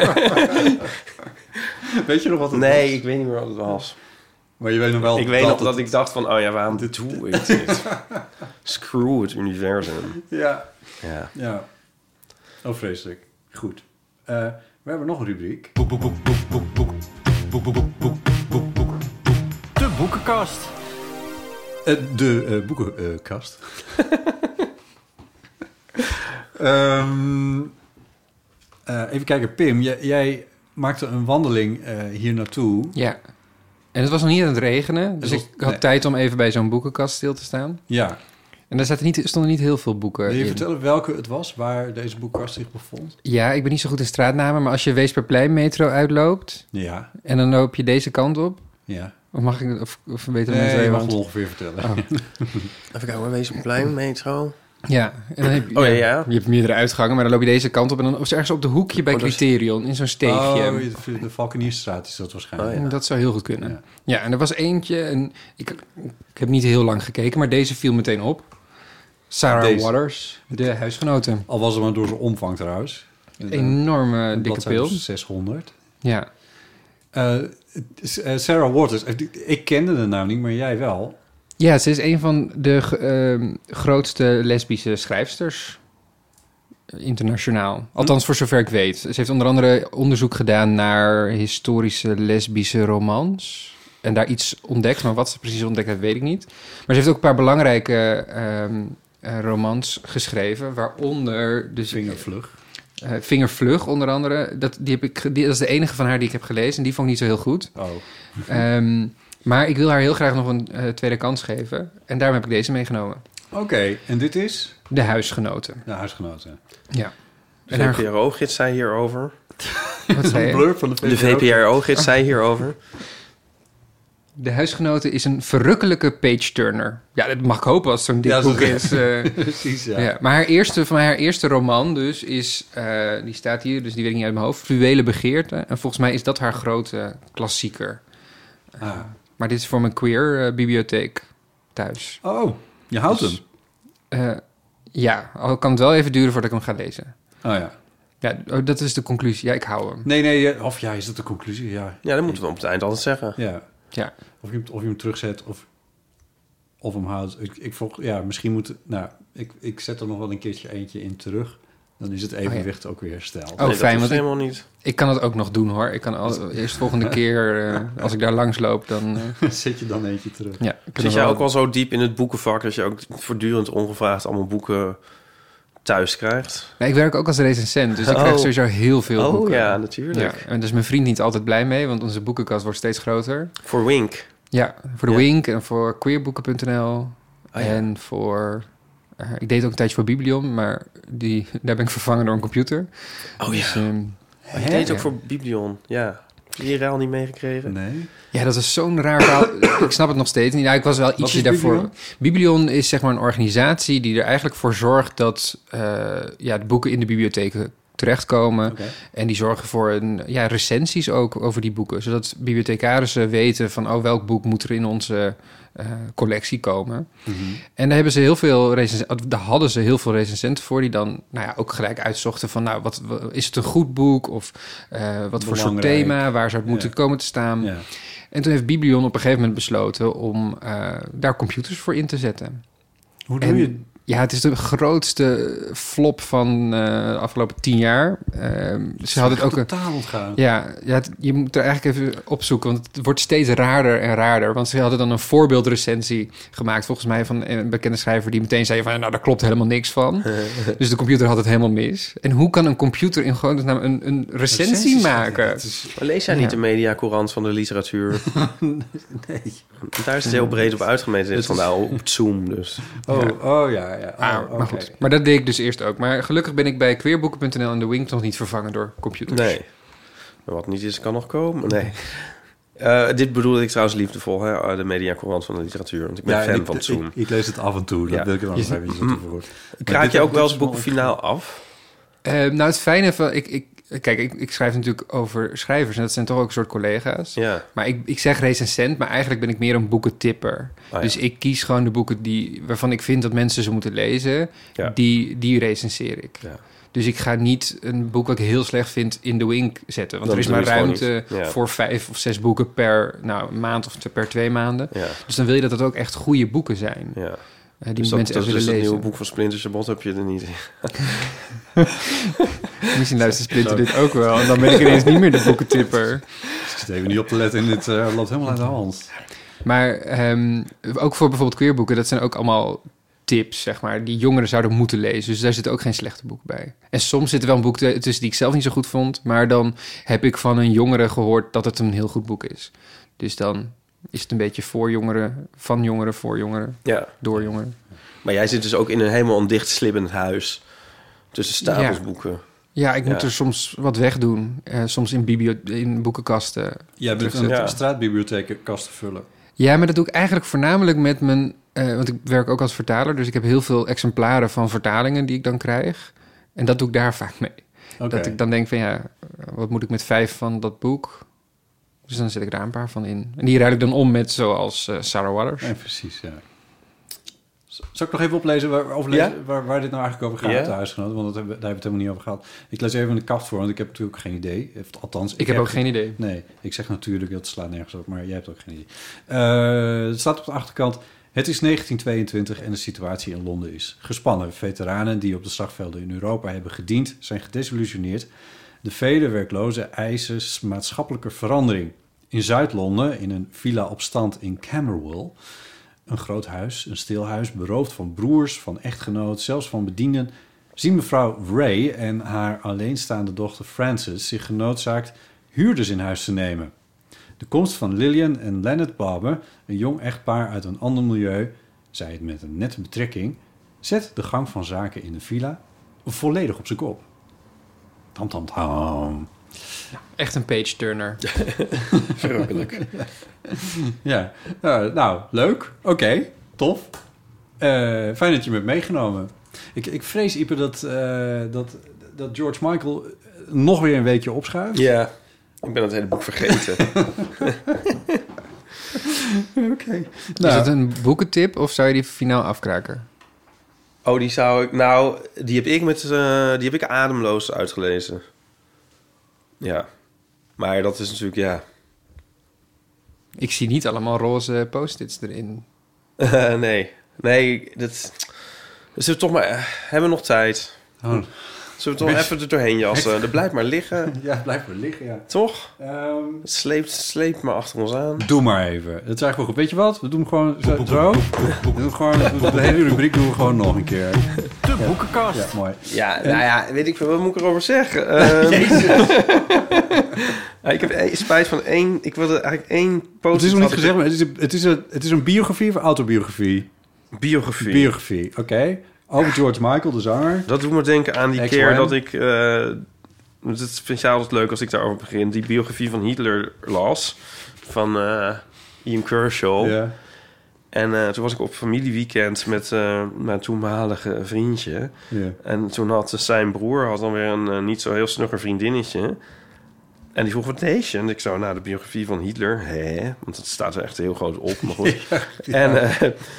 Weet je nog wat het was? Nee, ik weet niet meer wat het was. Maar je weet nog wel... Ik weet nog dat ik dacht van... Oh ja, waarom doe ik dit? Screw het universum. Ja. Ja. Ja. Oh, vreselijk. Goed. We hebben nog een rubriek. De boekenkast. De boekenkast. Even kijken, Pim. Jij maakte een wandeling hier naartoe. Ja. En het was nog niet aan het regenen. Dus ik had tijd om even bij zo'n boekenkast stil te staan. Ja. En daar stonden niet heel veel boeken in. Wil je vertellen welke het was waar deze boekenkast zich bevond? Ja, ik ben niet zo goed in straatnamen, maar als je Weesperplein metro uitloopt... Ja. En dan loop je deze kant op... Ja. Of mag ik of beter Nee, mensen je mag het ongeveer vertellen. Oh. Even kijken, waar Weesperplein, metro. Ja, en dan heb je, ja. Je hebt meerdere uitgangen, maar dan loop je deze kant op... en dan of ergens op de hoekje bij Criterion, in zo'n steegje. Oh, de Valkenierstraat is dat waarschijnlijk. Oh, ja. Dat zou heel goed kunnen. Ja, en er was eentje... en ik heb niet heel lang gekeken, maar deze viel meteen op. Sarah Waters, de huisgenoten. Al was het maar door zijn omvang trouwens. Een enorme dikke pil. 600. Ja. Sarah Waters, ik kende de naam niet, maar jij wel. Ja, ze is een van de grootste lesbische schrijfsters internationaal. Althans, voor zover ik weet. Ze heeft onder andere onderzoek gedaan naar historische lesbische romans. En daar iets ontdekt, maar wat ze precies ontdekt heeft, weet ik niet. Maar ze heeft ook een paar belangrijke romans geschreven, waaronder... Dus, Vingervlug, onder andere. Dat is de enige van haar die ik heb gelezen. En die vond ik niet zo heel goed. Oh. Maar ik wil haar heel graag nog een tweede kans geven. En daarom heb ik deze meegenomen. Oké, en dit is? De Huisgenoten. De Huisgenoten. Ja. De VPRO-gids zei hierover. Wat zei je? Blur van de VPRO-gids zei hierover. De Huisgenoten is een verrukkelijke page-turner. Ja, dat mag ik hopen als het zo'n dik boek is. Precies, ja. Ja. Maar haar eerste roman dus is... die staat hier, dus die weet ik niet uit mijn hoofd. Fluwelen Begeerte. En volgens mij is dat haar grote klassieker. Maar dit is voor mijn queer bibliotheek thuis. Oh, je houdt hem? Ja, al kan het wel even duren voordat ik hem ga lezen. Oh ja. Ja, dat is de conclusie. Ja, ik hou hem. Nee, of ja, is dat de conclusie? Ja, dat moeten we op het eind altijd zeggen. Ja. Of je hem terugzet of hem houdt. Ik volg, ja, misschien moet... Nou, ik zet er nog wel een keertje eentje in terug. Dan is het evenwicht ook weer hersteld. Oh, fijn, want helemaal niet. Ik kan het ook nog doen, hoor. Ik kan eerst volgende keer, als ik daar langs loop, dan... Zet je dan eentje terug. Ja, zit jij ook al zo diep in het boekenvak... dat je ook voortdurend ongevraagd allemaal boeken thuis krijgt? Nee, ik werk ook als recensent, dus ik krijg sowieso heel veel boeken. Ja, natuurlijk. Ja, en daar is mijn vriend niet altijd blij mee, want onze boekenkast wordt steeds groter. Voor Wink? Ja, voor de Wink en voor queerboeken.nl. En voor... ik deed ook een tijdje voor Biblion, maar daar ben ik vervangen door een computer. Oh dus, ja. Je deed ook voor Biblion, ja. Heb je die ruil niet meegekregen? Nee. Ja, dat is zo'n raar verhaal. Ik snap het nog steeds niet. Nou, ik was wel ietsje daarvoor. Biblion? Biblion is zeg maar een organisatie die er eigenlijk voor zorgt dat de boeken in de bibliotheken terechtkomen. Okay. En die zorgen voor recensies ook over die boeken. Zodat bibliothecarissen weten van welk boek moet er in onze collectie komen. Mm-hmm. En daar hebben ze daar hadden ze heel veel recensenten voor die dan ook gelijk uitzochten van wat is het een goed boek of wat voor soort thema, waar zou het moeten komen te staan. Ja. En toen heeft Biblion op een gegeven moment besloten om daar computers voor in te zetten. Hoe doe je? Ja, het is de grootste flop van de afgelopen 10 jaar. Ze hadden het ook totaal ontgaan. Ja, je moet er eigenlijk even opzoeken, want het wordt steeds raarder en raarder. Want ze hadden dan een voorbeeldrecensie gemaakt, volgens mij van een bekende schrijver die meteen zei van, daar klopt helemaal niks van. Dus de computer had het helemaal mis. En hoe kan een computer in godesnaam een recensie maken? Lees jij niet de mediacourant van de literatuur? Nee. Daar is het heel breed op uitgemeten. Dit is vandaag op Zoom, dus. Ja. Maar goed. Maar dat deed ik dus eerst ook. Maar gelukkig ben ik bij queerboeken.nl en de Wink nog niet vervangen door computers. Nee. Maar wat niet is, kan nog komen. Nee. Dit bedoelde ik trouwens liefdevol, hè? De mediacourant van de literatuur. Want ik ben fan van Zoom. Ik lees het af en toe. Dat wil ik er nog even toevoegen. Kraak je ook wel eens boekenfinaal af? Nou, het fijne van... Kijk, ik schrijf natuurlijk over schrijvers en dat zijn toch ook een soort collega's. Ja. Maar ik zeg recensent, maar eigenlijk ben ik meer een boekentipper. ja. Dus ik kies gewoon de boeken waarvan ik vind dat mensen ze moeten lezen. Ja. Die recenseer ik. Ja. Dus ik ga niet een boek dat ik heel slecht vind in de wink zetten. Want Dan er is doe maar je het gewoon ruimte niet. Ja. voor 5 of 6 boeken per maand of per 2 maanden. Ja. Dus dan wil je dat het ook echt goede boeken zijn. Ja. Die Dus mensen echt willen het lezen. nieuwe boek van Splinter Chabot heb je er niet in. Misschien luistert Splinter dit ook wel. En dan ben ik ineens niet meer de boekentipper. Ik zit even niet op te letten en dit loopt helemaal uit de hand. Maar ook voor bijvoorbeeld queerboeken, dat zijn ook allemaal tips, zeg maar, die jongeren zouden moeten lezen. Dus daar zit ook geen slechte boek bij. En soms zit er wel een boek tussen die ik zelf niet zo goed vond, maar dan heb ik van een jongere gehoord dat het een heel goed boek is. Dus dan is het een beetje voor jongeren, van jongeren, voor jongeren, door jongeren. Maar jij zit dus ook in een helemaal dicht slibbend huis tussen stapels boeken. Ja, ik moet er soms wat wegdoen. Soms in boekenkasten. Jij bent een straatbibliotheekkast te vullen. Ja, maar dat doe ik eigenlijk voornamelijk met mijn... want ik werk ook als vertaler, dus ik heb heel veel exemplaren van vertalingen die ik dan krijg. En dat doe ik daar vaak mee. Okay. Dat ik dan denk van wat moet ik met 5 van dat boek? Dus dan zet ik daar een paar van in. En die ruil ik dan om met zoals Sarah Waters. Ja, precies, ja. Zal ik nog even oplezen waar dit nou eigenlijk over gaat, de huisgenoten? Want daar hebben we het helemaal niet over gehad. Ik lees even in de kaft voor, want ik heb natuurlijk geen idee. Althans, ik heb ook geen idee. Nee, ik zeg natuurlijk, dat slaat nergens op, maar jij hebt ook geen idee. Het staat op de achterkant. Het is 1922 en de situatie in Londen is gespannen. Veteranen die op de slagvelden in Europa hebben gediend, zijn gedesillusioneerd. De vele werklozen eisen maatschappelijke verandering. In Zuid-Londen, in een villa op stand in Camberwell, een groot huis, een stilhuis, beroofd van broers, van echtgenoot, zelfs van bedienden, zien mevrouw Ray en haar alleenstaande dochter Frances zich genoodzaakt huurders in huis te nemen. De komst van Lillian en Leonard Barber, een jong echtpaar uit een ander milieu, zij het met een nette betrekking, zet de gang van zaken in de villa volledig op zijn kop. Tam, tam, tam. Ja, echt een page-turner. Verrukkelijk. Ja, nou, leuk. Oké, tof. Fijn dat je me hebt meegenomen. Ik vrees, Ipe, dat George Michael nog weer een weekje opschuift. Ja, ik ben het hele boek vergeten. Oké. Is het een boekentip of zou je die finaal afkraken? Oh, die zou ik... Nou, die heb ik ademloos uitgelezen. Ja. Maar dat is natuurlijk, Ik zie niet allemaal roze post-its erin. Nee, dat... Dus we toch maar... Hebben we nog tijd? Oh. Zullen we toch even er doorheen jassen? Dat blijft maar liggen. Ja, blijft maar liggen, ja. Toch? Het sleept maar achter ons aan. Doe maar even. Het is eigenlijk wel goed. Weet je wat? We doen hem gewoon zo. We doen gewoon, de hele rubriek doen we gewoon nog een keer. De boekenkast. Ja, mooi. Ja, nou ja, weet ik veel. Wat moet ik erover zeggen? Ik heb spijt van één... Ik wilde eigenlijk één post... Het is nog niet gezegd, maar het is een biografie of autobiografie? Biografie, oké. Over George Michael, de zanger. Dat doet me denken aan die keer dat ik... het vind jij altijd leuk als ik daarover begin. Die biografie van Hitler las. Van Ian Kershaw. Ja. En toen was ik op familieweekend met mijn toenmalige vriendje. Ja. En toen had zijn broer dan weer een niet zo heel snugger vriendinnetje. En die vroeg, wat lees je? En ik zo, de biografie van Hitler. Hè? Want het staat er echt heel groot op. Maar goed. En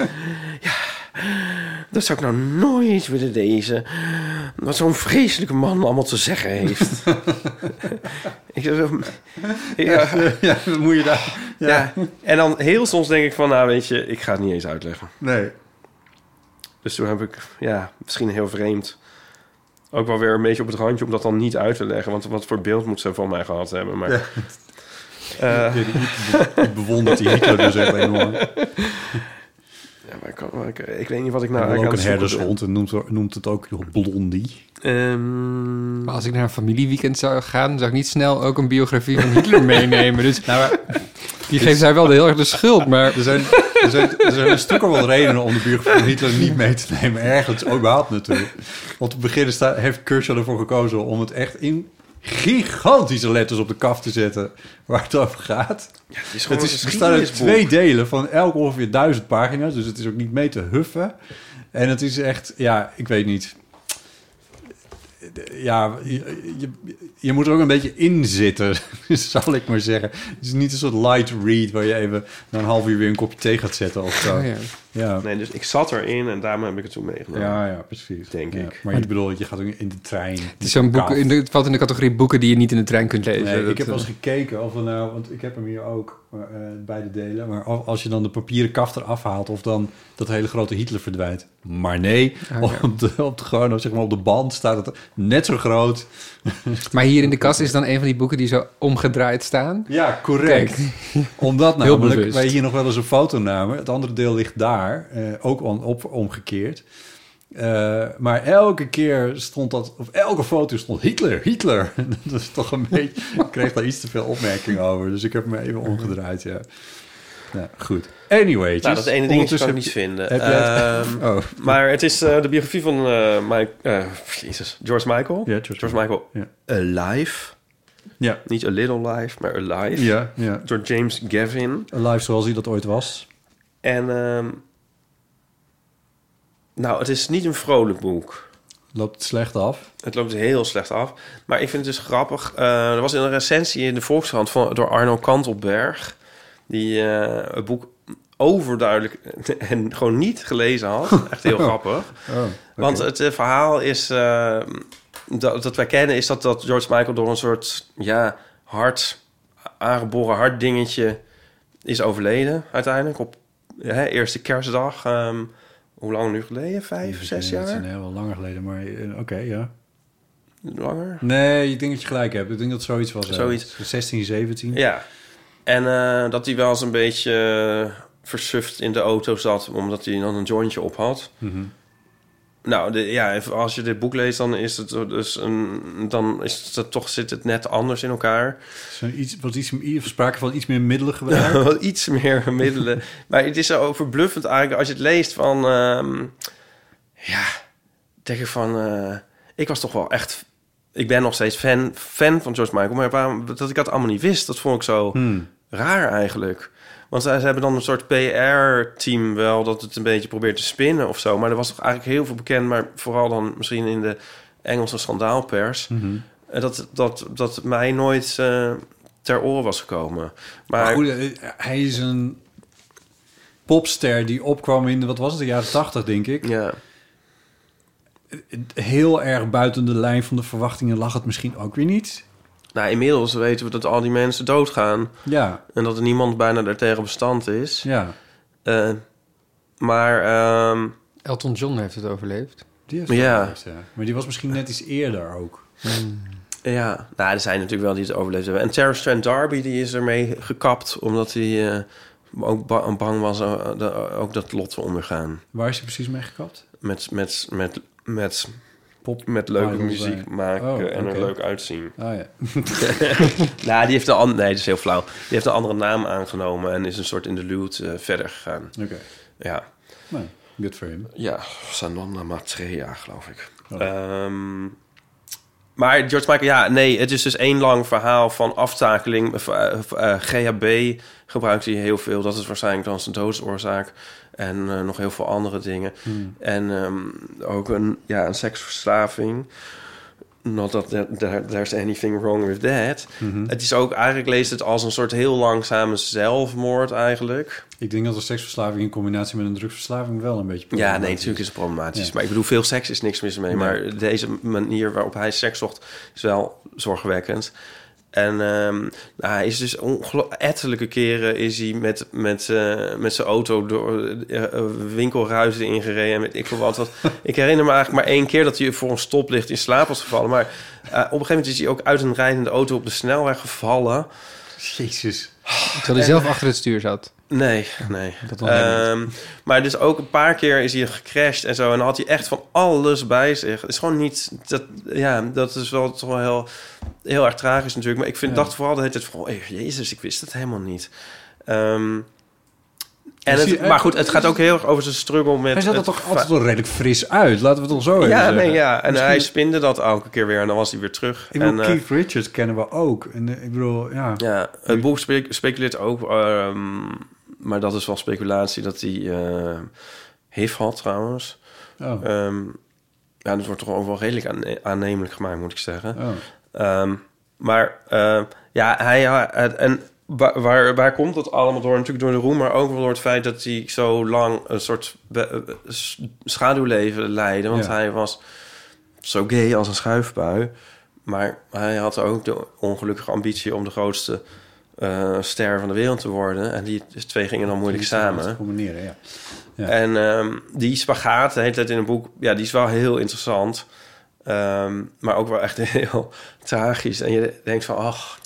dat zou ik nou nooit willen lezen. Wat zo'n vreselijke man allemaal te zeggen heeft. Ik zeg zo... wat moet je daar... Ja. En dan heel soms denk ik van, weet je, ik ga het niet eens uitleggen. Nee. Dus toen heb ik, misschien heel vreemd... ook wel weer een beetje op het randje om dat dan niet uit te leggen. Want wat voor beeld moet ze van mij gehad hebben. Maar, ik bewondert die Hitler dus echt enorm. Ja, maar ik weet niet wat ik nou eigenlijk ook een herdershond en noemt het ook Blondie. Maar als ik naar een familieweekend zou gaan, zou ik niet snel ook een biografie van Hitler meenemen. Dus die geeft zij wel heel erg de schuld, maar... Er zijn een stuk al wel redenen om de biografie van Hitler niet mee te nemen. Ergens überhaupt natuurlijk. Want te beginnen heeft Kershaw ervoor gekozen om het echt in gigantische letters op de kaft te zetten waar het over gaat. Ja, het bestaat uit 2 delen van elk ongeveer 1000 pagina's. Dus het is ook niet mee te huffen. En het is echt, ik weet niet. je moet er ook een beetje in zitten, zal ik maar zeggen. Het is niet een soort light read waar je even na een half uur weer een kopje thee gaat zetten of zo. Ja. Nee, dus ik zat erin en daarom heb ik het toen meegenomen. Ja, precies. Denk ik. Maar je bedoelt, je gaat ook in de trein. Het is zo'n boek, het valt in de categorie boeken die je niet in de trein kunt lezen. Nee, ik heb wel eens gekeken of we nou, want ik heb hem hier ook, beide delen. Maar als je dan de papieren kaft eraf haalt of dan dat hele grote Hitler verdwijnt. Maar nee, op de band staat het net zo groot. Maar hier in de kast is dan een van die boeken die zo omgedraaid staan. Ja, correct. Kijk. Omdat namelijk wij hier nog wel eens een foto namen. Het andere deel ligt daar, ook omgekeerd. Maar elke keer stond dat, of elke foto stond Hitler. Dat is toch een beetje, ik kreeg daar iets te veel opmerking over. Dus ik heb me even omgedraaid, ja. Nou, goed. Anyway. Nou, dat ene dingetje kan ik niet vinden. Maar het is de biografie van George Michael. Ja, George Michael. Ja. Alive. Ja. Niet A Little Life, maar Alive. Ja. Door James Gavin. Alive zoals hij dat ooit was. En nou, het is niet een vrolijk boek. Loopt het slecht af? Het loopt heel slecht af. Maar ik vind het dus grappig. Er was een recensie in de Volkskrant door Arno Kantelberg, die het boek overduidelijk en gewoon niet gelezen had. Echt heel grappig. Okay. Want het verhaal is dat wij kennen is dat George Michael door een soort aangeboren hartdingetje is overleden uiteindelijk op eerste kerstdag. Hoe lang nu geleden? 5, 6 jaar? Nee, wel langer geleden, maar oké, ja. Langer? Nee, ik denk dat je gelijk hebt. Ik denk dat het zoiets was. Zoiets. 16, 17. Ja. En dat hij wel eens een beetje versuft in de auto zat, omdat hij dan een jointje op had. Mm-hmm. Nou, als je dit boek leest, dan is het dus zit het net anders in elkaar. Sprake van iets meer middelen gebruiken. Wat iets meer middelen. Maar het is zo verbluffend eigenlijk als je het leest van, denk ik van, ik was toch wel echt. Ik ben nog steeds fan van George Michael, maar dat ik dat allemaal niet wist, dat vond ik zo raar eigenlijk. Want ze hebben dan een soort PR-team wel dat het een beetje probeert te spinnen of zo. Maar er was toch eigenlijk heel veel bekend, maar vooral dan misschien in de Engelse schandaalpers. Mm-hmm. Dat mij nooit ter oren was gekomen. Maar goed, hij is een popster die opkwam in, wat was het, de jaren 80, denk ik. Ja. Heel erg buiten de lijn van de verwachtingen lag het misschien ook weer niet. Nou, inmiddels weten we dat al die mensen doodgaan. Ja. En dat er niemand bijna daartegen bestand is. Ja. Maar Elton John heeft het overleefd. Die heeft het overleefd, ja. Maar die was misschien net iets eerder ook. Ja, nou, er zijn natuurlijk wel die het overleefd hebben. En Terence Trent D'Arby, die is ermee gekapt, omdat hij ook bang was ook dat lot te ondergaan. Waar is hij precies mee gekapt? Met leuke muziek maken en er leuk uitzien. Oh ja. Nou, die heeft dat is heel flauw. Die heeft een andere naam aangenomen en is een soort interlude verder gegaan. Oké. Ja. Nou, good for him. Ja, Sanonna Matrea, geloof ik. Maar George Michael, het is dus één lang verhaal van aftakeling. GHB gebruikt hij heel veel. Dat is waarschijnlijk dan zijn doodsoorzaak. En nog heel veel andere dingen. En ook een seksverslaving. Not that there's anything wrong with that. Mm-hmm. Het is ook, eigenlijk leest het als een soort heel langzame zelfmoord eigenlijk. Ik denk dat een seksverslaving in combinatie met een drugsverslaving wel een beetje problematisch is. Ja, nee, natuurlijk is het problematisch. Ja. Maar ik bedoel, veel seks is niks mis mee. Nee. Maar deze manier waarop hij seks zocht is wel zorgwekkend. En hij is dus ettelijke keren is hij met zijn auto door winkelruiten ingereden. Ik herinner me eigenlijk maar 1 keer dat hij voor een stoplicht in slaap was gevallen. Maar op een gegeven moment is hij ook uit een rijdende auto op de snelweg gevallen. Jezus. Terwijl hij zelf achter het stuur zat. Nee. Maar dus ook een paar keer is hij gecrashed en zo. En dan had hij echt van alles bij zich. Het is gewoon niet. Dat is wel toch wel heel erg tragisch natuurlijk. Maar ik dacht vooral de hele tijd van, Jezus, ik wist het helemaal niet. Maar goed, het gaat ook heel erg over zijn struggle met. Hij zat er toch altijd wel redelijk fris uit. Laten we het al zo even zeggen. En hij spinde dat elke keer weer en dan was hij weer terug. Keith Richards kennen we ook. En ik bedoel, ja. Ja, het boek speculeert ook, maar dat is wel speculatie dat hij HIV had trouwens. Ja, dat wordt toch ook wel redelijk aannemelijk gemaakt, moet ik zeggen. Oh. En waar komt dat allemaal door? Natuurlijk door de roem, maar ook wel door het feit dat hij zo lang een soort schaduwleven leidde. Want hij was zo gay als een schuifbui. Maar hij had ook de ongelukkige ambitie om de grootste ster van de wereld te worden. En die twee gingen dan moeilijk samen. Te combineren, ja. Ja. En die spagaat, de hele tijd in een boek, ja, die is wel heel interessant. Maar ook wel echt heel tragisch. En je denkt van, ach,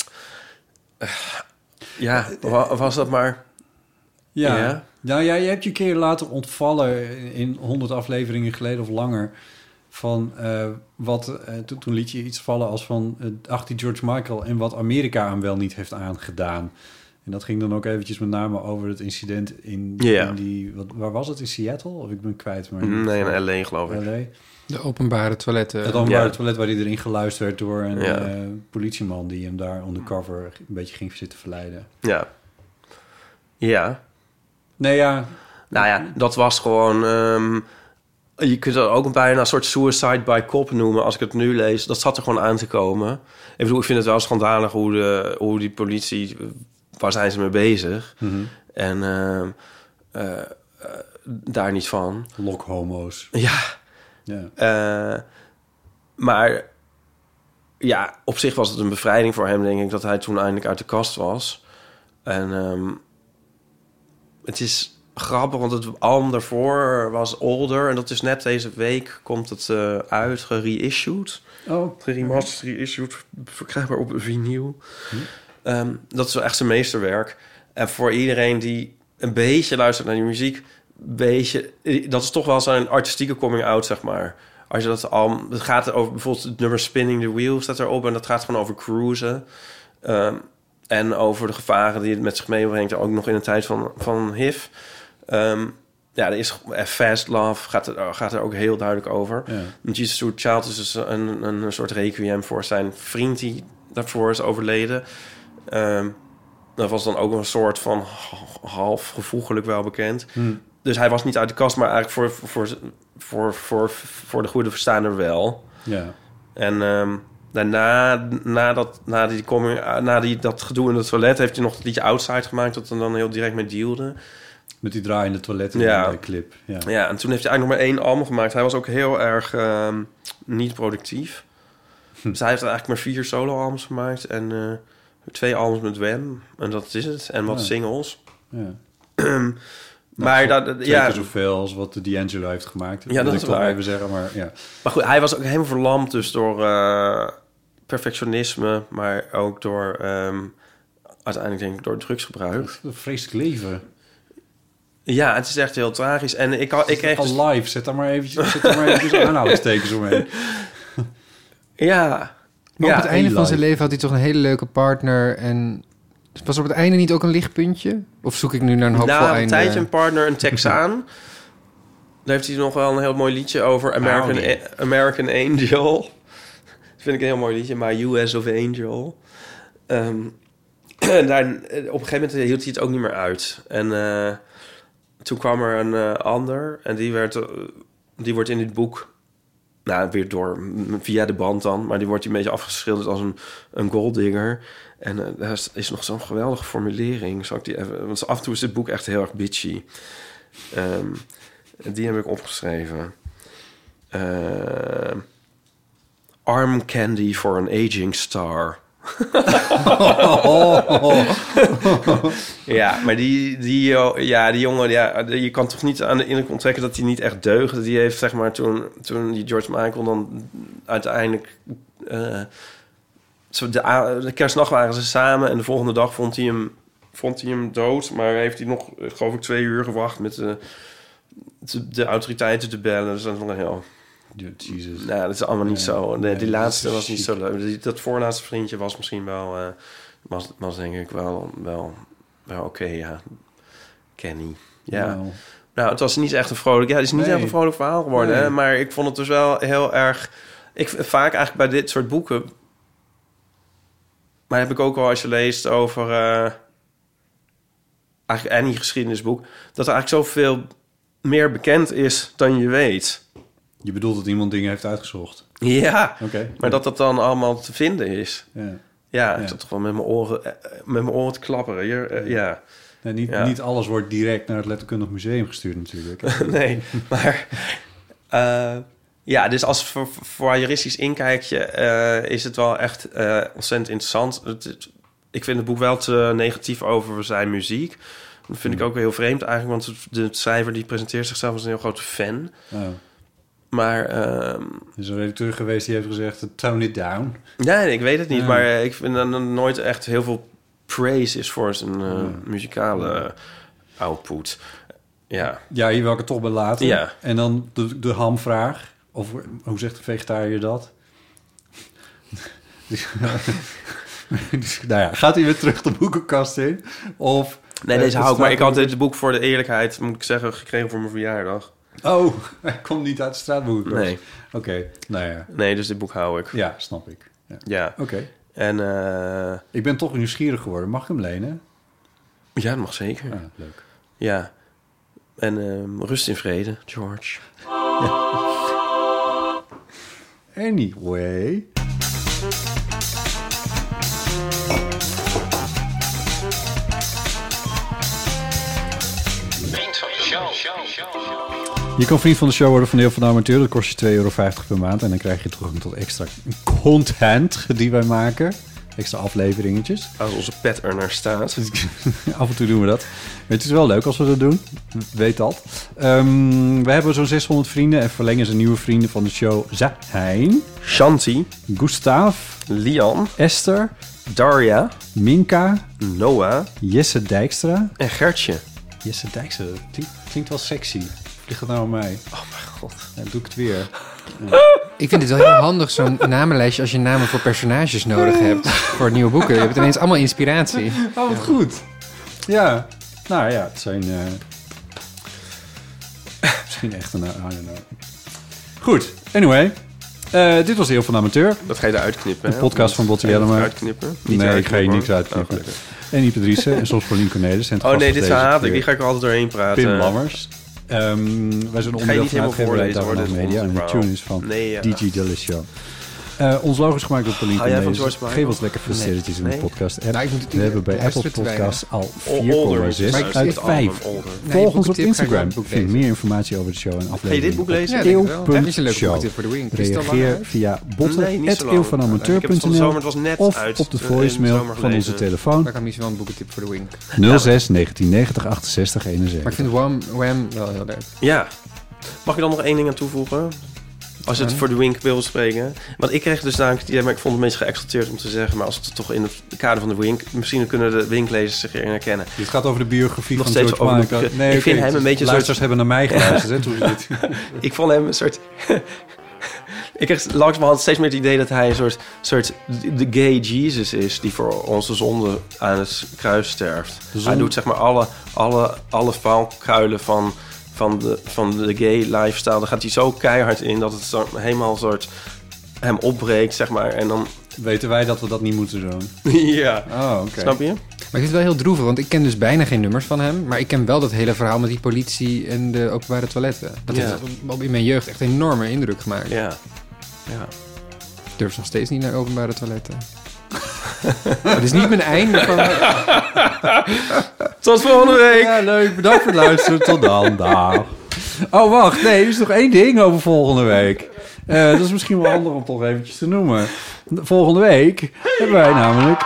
was dat maar... Ja. Nou ja, je hebt je een keer laten ontvallen in 100 afleveringen geleden of langer. Van toen liet je iets vallen als van die George Michael en wat Amerika hem wel niet heeft aangedaan. En dat ging dan ook eventjes met name over het incident in die... waar was het? In Seattle? Of ik ben kwijt. Maar nee, in L.A. geloof ik. De openbare toiletten. Het openbare toilet waar hij erin geluisterd werd door een politieman die hem daar undercover een beetje ging zitten verleiden. Ja. Ja. Nee, ja. Nou ja, dat was gewoon... je kunt het ook bijna een soort suicide by cop noemen. Als ik het nu lees, dat zat er gewoon aan te komen. Ik bedoel, ik vind het wel schandalig hoe die politie... Waar zijn ze mee bezig? Mm-hmm. En daar niet van. Lokhomo's. Ja. Maar ja, op zich was het een bevrijding voor hem, denk ik... dat hij toen eindelijk uit de kast was. En het is grappig, want het album daarvoor was Older... en dat is net deze week komt het uit, gereissued. Oh. Geremasterd, reissued, verkrijgbaar op vinyl. Dat is wel echt zijn meesterwerk. En voor iedereen die een beetje luistert naar die muziek... dat is toch wel zijn artistieke coming-out, zeg maar. Als je dat al... Het gaat over bijvoorbeeld het nummer Spinning the Wheel staat erop... en dat gaat gewoon over cruisen. En over de gevaren die het met zich meebrengt... ook nog in de tijd van HIV. Er is Fast Love gaat er ook heel duidelijk over. Ja. Jesus to Child is dus een soort requiem voor zijn vriend... die daarvoor is overleden... dat was dan ook een soort van half gevoegelijk wel bekend. Dus hij was niet uit de kast, maar eigenlijk voor de goede verstaander wel. Ja. En na dat gedoe in het toilet... heeft hij nog het liedje Outside gemaakt... dat er dan heel direct mee dealde. Met die draaiende toiletten in de clip. Ja, en toen heeft hij eigenlijk nog maar 1 album gemaakt. Hij was ook heel erg niet productief. Dus hij heeft eigenlijk maar 4 solo-albums gemaakt... en 2 albums met Wham. En dat is het. En wat singles. Ja. Maar twee keer zoveel als wat D'Angelo heeft gemaakt. Ja, dat is waar. Even zeggen, maar ja. Maar goed, hij was ook helemaal verlamd dus door perfectionisme, maar ook door uiteindelijk denk ik door drugsgebruik. Een vreselijk leven. Ja, het is echt heel tragisch. En ik kreeg dus... live. Zet daar maar eventjes aanhalingstekens omheen. Ja. Maar op het einde van zijn leven had hij toch een hele leuke partner. En was op het einde niet ook een lichtpuntje? Of zoek ik nu naar een hoopvol einde? Een tijdje een partner, een Texaan. Daar heeft hij nog wel een heel mooi liedje over. American Angel. Dat vind ik een heel mooi liedje. My US of Angel. Daar, op een gegeven moment hield hij het ook niet meer uit. En toen kwam er een ander. En die wordt in dit boek... Nou, weer via de band dan. Maar die wordt een beetje afgeschilderd als een golddigger. En daar is nog zo'n geweldige formulering. Zal ik die even... Want af en toe is dit boek echt heel erg bitchy. Die heb ik opgeschreven. Arm candy for an aging star. Ja, maar die jongen, je kan toch niet aan de indruk onttrekken dat hij niet echt deugde. Die heeft, zeg maar, toen die George Michael dan uiteindelijk... de kerstnacht waren ze samen en de volgende dag vond hij hem dood. Maar heeft hij nog, geloof ik, 2 uur gewacht met de autoriteiten te bellen. Dus dat is wel heel... Jesus. Nou, dat is allemaal niet zo. Die laatste was niet zo leuk. Dat voorlaatste vriendje was misschien wel... was denk ik wel oké, ja. Kenny. Ja. Nou, het was niet echt een vrolijk... Ja, het is niet echt een vrolijk verhaal geworden. Hè? Maar ik vond het dus wel heel erg... Vaak eigenlijk bij dit soort boeken... Maar heb ik ook al als je leest over... eigenlijk Annie geschiedenisboek... dat er eigenlijk zoveel meer bekend is dan je weet... Je bedoelt dat iemand dingen heeft uitgezocht? Ja, Oké. maar dat dan allemaal te vinden is. Ja. Ja, ik zat toch wel met mijn oren te klapperen. Hier, ja. Nee, niet alles wordt direct naar het Letterkundig Museum gestuurd natuurlijk. Nee, maar... ja, dus als voyeuristisch inkijkje is het wel echt ontzettend interessant. Ik vind het boek wel te negatief over zijn muziek. Dat vind ik ook wel heel vreemd eigenlijk, want de schrijver die presenteert zichzelf als een heel grote fan. Oh. Maar... Er is een redacteur geweest die heeft gezegd, tone it down. Nee, ik weet het niet, maar ik vind dat er nooit echt heel veel praise is voor zijn muzikale output. Ja. Ja, hier wil ik het toch bij laten. Ja. En dan de hamvraag. Of hoe zegt de vegetariër dat? Nou ja, gaat hij weer terug de boekenkast in? Of... Nee, deze hou ik. Maar ik had dit boek voor de eerlijkheid, moet ik zeggen, gekregen voor mijn verjaardag. Oh, hij komt niet uit de straatboekenkast. Nee. Oké, nou ja. Nee, dus dit boek hou ik. Ja, snap ik. Ja. Oké. En... ik ben toch nieuwsgierig geworden. Mag ik hem lenen? Ja, dat mag zeker. Ah, leuk. Ja. En rust in vrede, George. Ja. Anyway... Je kan vriend van de show worden van Deel van de Amateur. Dat kost je €2,50 per maand. En dan krijg je toegang tot extra content die wij maken. Extra afleveringetjes. Als onze pet er naar staat. Af en toe doen we dat. Het is wel leuk als we dat doen. Weet dat. We hebben zo'n 600 vrienden. En verlengen ze nieuwe vrienden van de show zijn... Shanti. Gustav. Lian. Esther. Darja. Minka. Noah. Jesse Dijkstra. En Gertje. Jesse Dijkstra. Klinkt wel sexy. Ligt het nou aan mij? Oh mijn god. Ja, doe ik het weer. Ik vind het wel heel handig, zo'n namenlijstje... als je namen voor personages nodig hebt voor nieuwe boeken. Je hebt ineens allemaal inspiratie. Oh, wat goed. Ja. Nou ja, het zijn... misschien echt een... I don't know. Goed. Anyway. Dit was Deel van de Amateur. Dat ga je eruit knippen, Een podcast van Botte Jellema. Uitknippen? Nee, ik ga je niks uitknippen. Oh, en Ipe Driessen en soms Paulien Cornelis. Oh nee, dit haat ik. Die ga ik er altijd doorheen praten. Pim Lammers. Wij zijn onderdeel van uitgeverij Davos Media. En de tune is van DJ Delisio. Ons logo is gemaakt door Paulien Cornelis. Geef ons lekker facilities in de podcast. We hebben bij Apple Podcasts al 4,6 uit 5. Volg ons op Instagram. Vind meer informatie over de show en aflevering. Ga je dit boek lezen? Eeuw.show. Reageer via botten@eeuwvanamateur.nl of op de voicemail van onze telefoon. Dan kan misschien wel een boekentip voor de Wink. 06 1990 68 71. Maar ik vind Wham wel heel leuk. Ja. Mag ik dan nog één ding aan toevoegen? Als je het voor de Wink wil spreken. Want ik kreeg dus namelijk... Ja, maar ik vond het een beetje geëxalteerd om te zeggen... maar als het toch in het kader van de Wink... misschien kunnen de Winklezers zich erin herkennen. Dit gaat over de biografie Nog van steeds George over Michael. Nee, ik vind hem een beetje... Luisteraars hebben naar mij geluisterd, hè, toen dit. Ik vond hem een soort... Ik kreeg langzamerhand steeds meer het idee dat hij een soort de gay Jesus is... die voor onze zonde aan het kruis sterft. Hij doet zeg maar alle valkuilen van de gay lifestyle. Daar gaat hij zo keihard in dat het zo helemaal soort hem opbreekt, zeg maar. En dan weten wij dat we dat niet moeten doen. Ja. Oh, oké. Snap je? Maar ik vind het wel heel droevig, want ik ken dus bijna geen nummers van hem. Maar ik ken wel dat hele verhaal met die politie en de openbare toiletten. Dat heeft in mijn jeugd echt een enorme indruk gemaakt. Ja. Ik durf nog steeds niet naar openbare toiletten. Het is niet mijn einde van... Tot volgende week! Ja, leuk. Bedankt voor het luisteren. Tot dan. Dag. Oh, wacht. Nee, er is nog één ding over volgende week. Dat is misschien wel handig om toch eventjes te noemen. Volgende week hebben wij namelijk...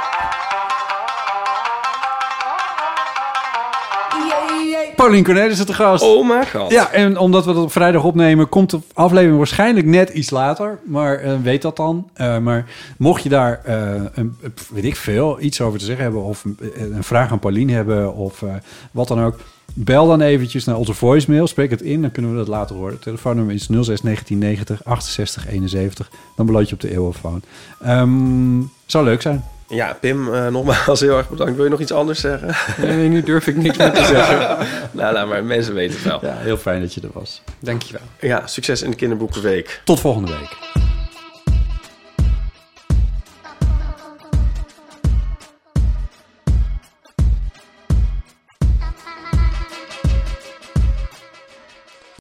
Paulien Cornelis is te gast. Oh mijn god. Ja, en omdat we dat op vrijdag opnemen... komt de aflevering waarschijnlijk net iets later. Maar weet dat dan. Maar mocht je daar, weet ik veel, iets over te zeggen hebben... of een vraag aan Paulien hebben of wat dan ook... bel dan eventjes naar onze voicemail. Spreek het in, dan kunnen we dat later horen. Het telefoonnummer is 06 1990 68 71. Dan beloot je op de eeuwenfoon. Zou leuk zijn. Ja, Pim, nogmaals heel erg bedankt. Wil je nog iets anders zeggen? Nee, nu durf ik niks meer te zeggen. nou, maar mensen weten het wel. Ja, heel fijn dat je er was. Dankjewel. Ja, succes in de Kinderboekenweek. Tot volgende week.